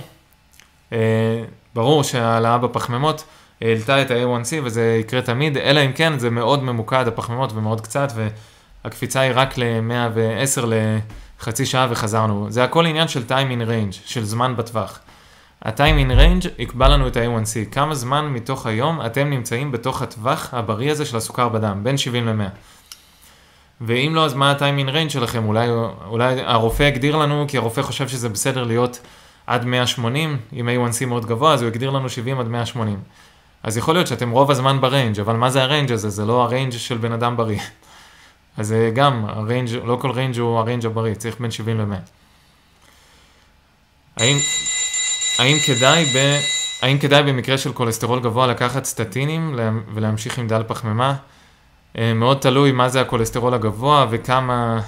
ברור שהעלאה בפחמימות העלתה את ה-איי וואן סי, וזה יקרה תמיד, אלא אם כן זה מאוד ממוקד הפחמימות ומאוד קצת, והקפיצה היא רק ל-מאה ועשר לחצי שעה וחזרנו. זה הכל עניין של time in range, של זמן בטווח. ה-time in range יקבע לנו את ה-איי וואן סי. כמה זמן מתוך היום אתם נמצאים בתוך הטווח הבריא הזה של הסוכר בדם, בין שבעים ל-מאה. ואם לא, אז מה ה-time in range שלכם? אולי, אולי הרופא הגדיר לנו, כי הרופא חושב שזה בסדר להיות עד מאה ושמונים, עם איי וואן סי מאוד גבוה, אז הוא הגדיר לנו שבעים עד מאה ושמונים. אז יכול להיות שאתם רוב הזמן בריינג', אבל מה זה הריינג' הזה? זה לא הריינג' של בן אדם בריא. אז גם, הריינג', לא כל ריינג' הוא הריינג' הבריא, צריך בין שבעים ל-מאה. האם, האם כדאי ב, האם כדאי במקרה של כולסטרול גבוה לקחת סטטינים ולהמשיך עם דל פחמימה? מאוד תלוי מה זה הכולסטרול הגבוה וכמה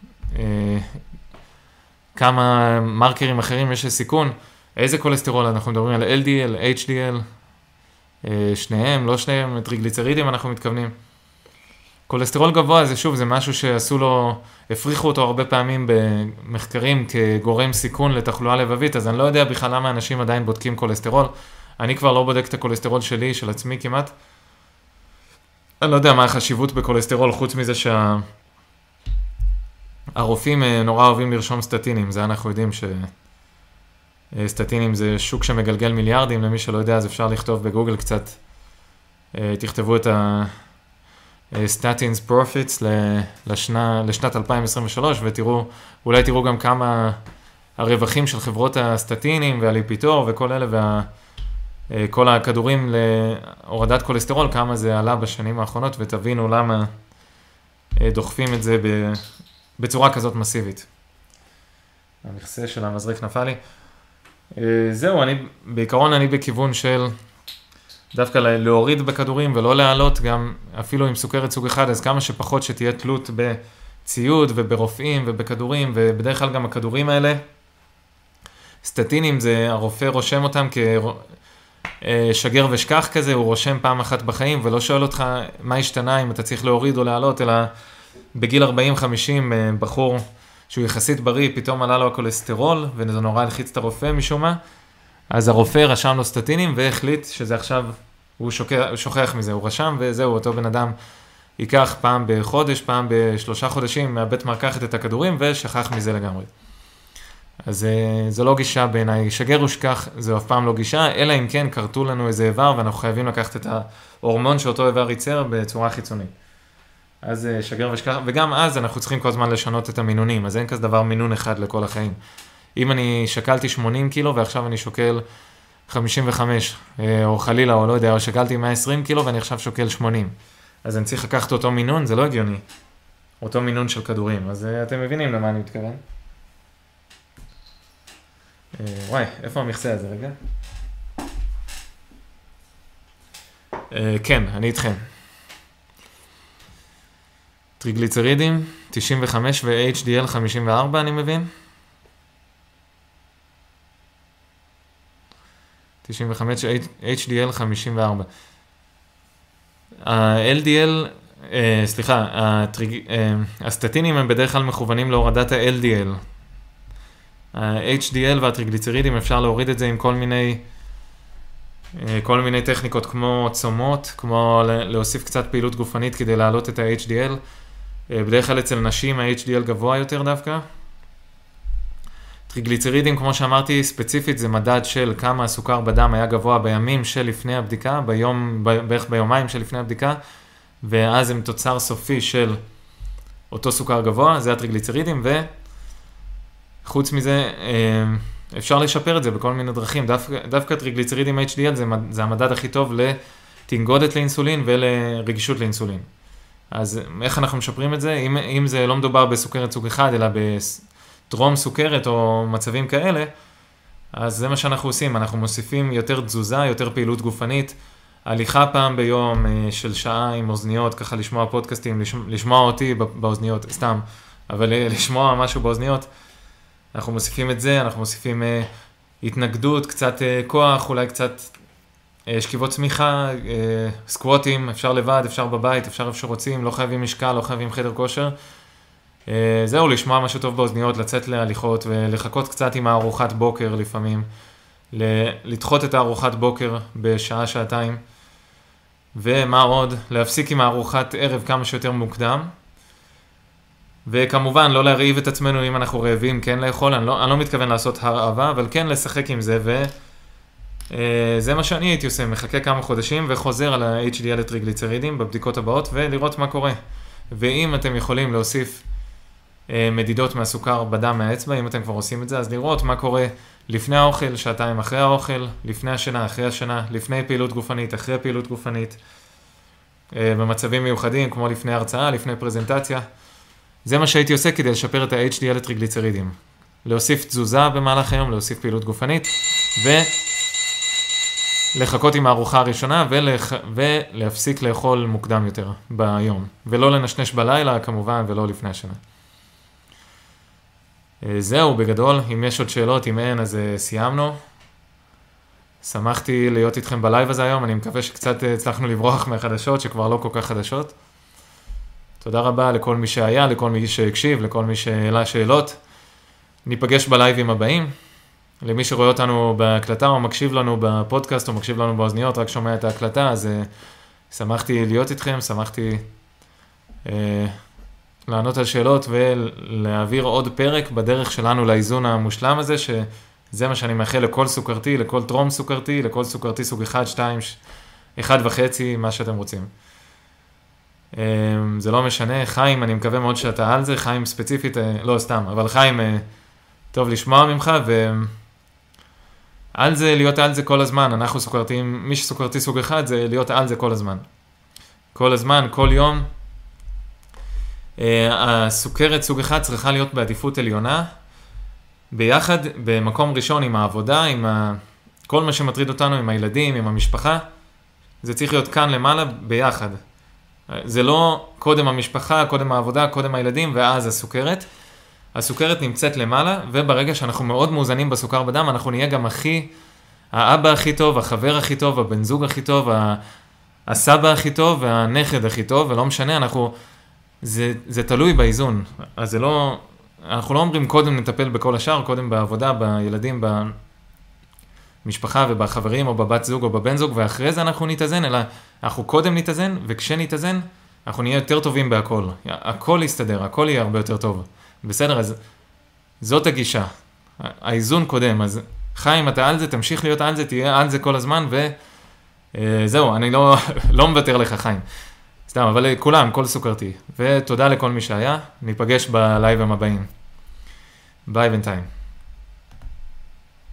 כמה מרקרים אחרים יש לסיכון. איזה כולסטרול? אנחנו מדברים על אל די אל, אייץ' די אל, שניהם, לא שניהם, טריגליצרידים אנחנו מתכוונים. כולסטרול גבוה זה שוב, זה משהו שעשו לו, הפריחו אותו הרבה פעמים במחקרים כגורם סיכון לתחלואה לבבית, אז אני לא יודע בכלל למה אנשים עדיין בודקים כולסטרול. אני כבר לא בודק את הכולסטרול שלי, של עצמי כמעט. אני לא יודע מה החשיבות בכולסטרול, חוץ מזה שהרופאים נורא אוהבים לרשום סטטינים. זה אנחנו יודעים שסטטינים זה שוק שמגלגל מיליארדים, למי שלא יודע אז אפשר לכתוב בגוגל קצת, תכתבו את ה-Statins Profits לשנה, לשנת אלפיים עשרים ושלוש ותראו, אולי תראו גם כמה הרווחים של חברות הסטטינים והליפיטור וכל אלה וה... כל הכדורים להורדת כולסטרול, כמה זה עלה בשנים האחרונות, ותבינו למה דוחפים את זה בצורה כזאת מסיבית. המכסה של המזריק נפל לי. זהו, אני, בעיקרון אני בכיוון של דווקא להוריד בכדורים ולא להעלות, גם אפילו עם סוכרת סוג אחד, אז כמה שפחות שתהיה תלות בציוד וברופאים ובכדורים, ובדרך כלל גם הכדורים האלה, סטטינים זה, הרופא רושם אותם כ... שגר ושכח כזה, הוא רושם פעם אחת בחיים, ולא שואל אותך מה השתנה, אם אתה צריך להוריד או להעלות, אלא בגיל ארבעים חמישים, בחור שהוא יחסית בריא, פתאום עלה לו הכולסטרול, וזה נורא הלחיץ את הרופא משום מה, אז הרופא רשם לו סטטינים, והחליט שזה עכשיו, הוא שוכח, הוא שוכח מזה, הוא רשם, וזהו, אותו בן אדם ייקח פעם בחודש, פעם בשלושה חודשים, מהבית מרקחת את הכדורים, ושכח מזה לגמרי. אז זו לא גישה בעיניי, שגר ושכח זו אף פעם לא גישה, אלא אם כן קרתו לנו איזה איבר, ואנחנו חייבים לקחת את ההורמון שאותו איבר ייצר בצורה חיצונית. אז שגר ושכח, וגם אז אנחנו צריכים כל הזמן לשנות את המינונים, אז אין כזה דבר מינון אחד לכל החיים. אם אני שקלתי שמונים קילו ועכשיו אני שוקל חמישים וחמש, או חלילה, או לא יודע, או שקלתי מאה ועשרים קילו ואני עכשיו שוקל שמונים, אז אני צריך לקחת אותו מינון, זה לא הגיוני. אותו מינון של כדורים, אז אתם מבינים למה אני מתכוון. וואי, איפה המכסה הזה רגע? כן, אני איתכם. טריגליצרידים, תשעים וחמש ו-אייץ' די אל חמישים וארבע, אני מבין. תשעים וחמש ו-אייץ' די אל חמישים וארבע. ה-אל די אל, סליחה, הסטטינים הם בדרך כלל מכוונים להורדת ה-אל די אל. ה-אייץ' די אל והטריגליצרידים אפשר להוריד את זה עם כל מיני, כל מיני טכניקות כמו צומות, כמו להוסיף קצת פעילות גופנית כדי להעלות את ה-אייץ' די אל. בדרך כלל אצל נשים ה-אייץ' די אל גבוה יותר דווקא. טריגליצרידים, כמו שאמרתי, ספציפית זה מדד של כמה הסוכר בדם היה גבוה בימים שלפני הבדיקה, ביום, בערך ביומיים שלפני הבדיקה, ואז הם תוצר סופי של אותו סוכר גבוה, זה הטריגליצרידים, ו... חוץ מזה, אפשר לשפר את זה בכל מיני דרכים. דווקא, דווקא טריגליצרידים אייץ' די אל זה, זה המדד הכי טוב לתנגודת לאינסולין ולרגישות לאינסולין. אז איך אנחנו משפרים את זה? אם, אם זה לא מדובר בסוכרת סוג אחד, אלא בטרום סוכרת או מצבים כאלה, אז זה מה שאנחנו עושים, אנחנו מוסיפים יותר תזוזה, יותר פעילות גופנית, הליכה פעם ביום של שעה עם אוזניות, ככה לשמוע פודקאסטים, לשמוע אותי באוזניות, סתם, אבל לשמוע משהו באוזניות, אנחנו מוסיפים את זה, אנחנו מוסיפים התנגדות, קצת כוח, אולי קצת שכיבות צמיחה, סקווטים, אפשר לבד, אפשר בבית, אפשר איפה שרוצים, לא חייבים משקל, לא חייבים חדר כושר. זהו, לשמוע משהו טוב באוזניות, לצאת להליכות ולחכות קצת עם הארוחת בוקר לפעמים, לדחות את הארוחת בוקר בשעה, שעתיים, ומה עוד? להפסיק עם הארוחת ערב כמה שיותר מוקדם, וכמובן לא להרעיב את עצמנו אם אנחנו רעבים, כן לאכול, אני לא, אני לא מתכוון לעשות הרעבה, אבל כן לשחק עם זה, וזה מה שאני הייתי עושה, מחכה כמה חודשים וחוזר על ה-אייץ' די אל לטריגליצרידים בבדיקות הבאות, ולראות מה קורה. ואם אתם יכולים להוסיף מדידות מהסוכר בדם מהאצבע, אם אתם כבר עושים את זה, אז לראות מה קורה לפני האוכל, שעתיים אחרי האוכל, לפני השינה, אחרי השינה, לפני פעילות גופנית, אחרי פעילות גופנית, במצבים מיוחדים, כמו לפני הרצאה, לפני פרזנטציה. זה מה שהייתי עושה כדי לשפר את ה-אייץ' די אל לטריגליצרידים. להוסיף תזוזה במהלך היום, להוסיף פעילות גופנית, ולחכות עם הארוחה הראשונה, ולח... ולהפסיק לאכול מוקדם יותר ביום. ולא לנשנש בלילה, כמובן, ולא לפני השינה. זהו, בגדול, אם יש עוד שאלות, אם אין, אז סיימנו. שמחתי להיות איתכם בלייב הזה היום, אני מקווה שקצת הצלחנו לברוח מהחדשות, שכבר לא כל כך חדשות. תודה רבה לכל מי שהיה, לכל מי שהקשיב, לכל מי שאלה שאלות. ניפגש בלייבים הבאים. למי שרואה אותנו בהקלטה, או מקשיב לנו בפודקאסט, או מקשיב לנו באוזניות, רק שומע את ההקלטה, אז שמחתי להיות איתכם, שמחתי אה, לענות על שאלות ולהעביר עוד פרק בדרך שלנו לאיזון המושלם הזה, שזה מה שאני מאחל לכל סוכרתי, לכל טרום סוכרתי, לכל סוכרתי סוג אחד, שתיים, אחד וחצי, מה שאתם רוצים. אה, זה לא משנה, חיים, אני מקווה מאוד שאתה על זה, חיים ספציפית, אה, לא סתם, אבל חיים, אה, טוב לשמוע ממך, ו... על זה, להיות על זה כל הזמן, אנחנו סוכרתיים, מי שסוכרתי סוג אחד זה להיות על זה כל הזמן. כל הזמן, כל יום. הסוכרת סוג אחד צריכה להיות בעדיפות עליונה, ביחד, במקום ראשון עם העבודה, עם ה... כל מה שמטריד אותנו, עם הילדים, עם המשפחה, זה צריך להיות כאן למעלה ביחד. זה לא קודם המשפחה, קודם העבודה, קודם הילדים, ואז הסוכרת. הסוכרת נמצאת למעלה, וברגע שאנחנו מאוד מאוזנים בסוכר בדם, אנחנו נהיה גם הכי, האבא הכי טוב, החבר הכי טוב, הבן זוג הכי טוב, הסבא הכי טוב, והנכד הכי טוב, ולא משנה, אנחנו, זה, זה תלוי באיזון. אז זה לא, אנחנו לא אומרים קודם נטפל בכל השאר, קודם בעבודה, בילדים, במשפחה ובחברים, או בבת זוג או בבן זוג, ואחרי זה אנחנו נתאזן, אלא אנחנו קודם נתאזן, וכשנתאזן, אנחנו נהיה יותר טובים בהכל. הכל יסתדר, הכל יהיה הרבה יותר טוב. בסדר, אז זאת הגישה. האיזון קודם, אז חיים, אתה על זה, תמשיך להיות על זה, תהיה על זה כל הזמן, וזהו, אני לא, לא מוותר לך, חיים. סתם, אבל כולם, כל סוכרתי. ותודה לכל מי שהיה, ניפגש בלייבים הבאים. ביי בינתיים.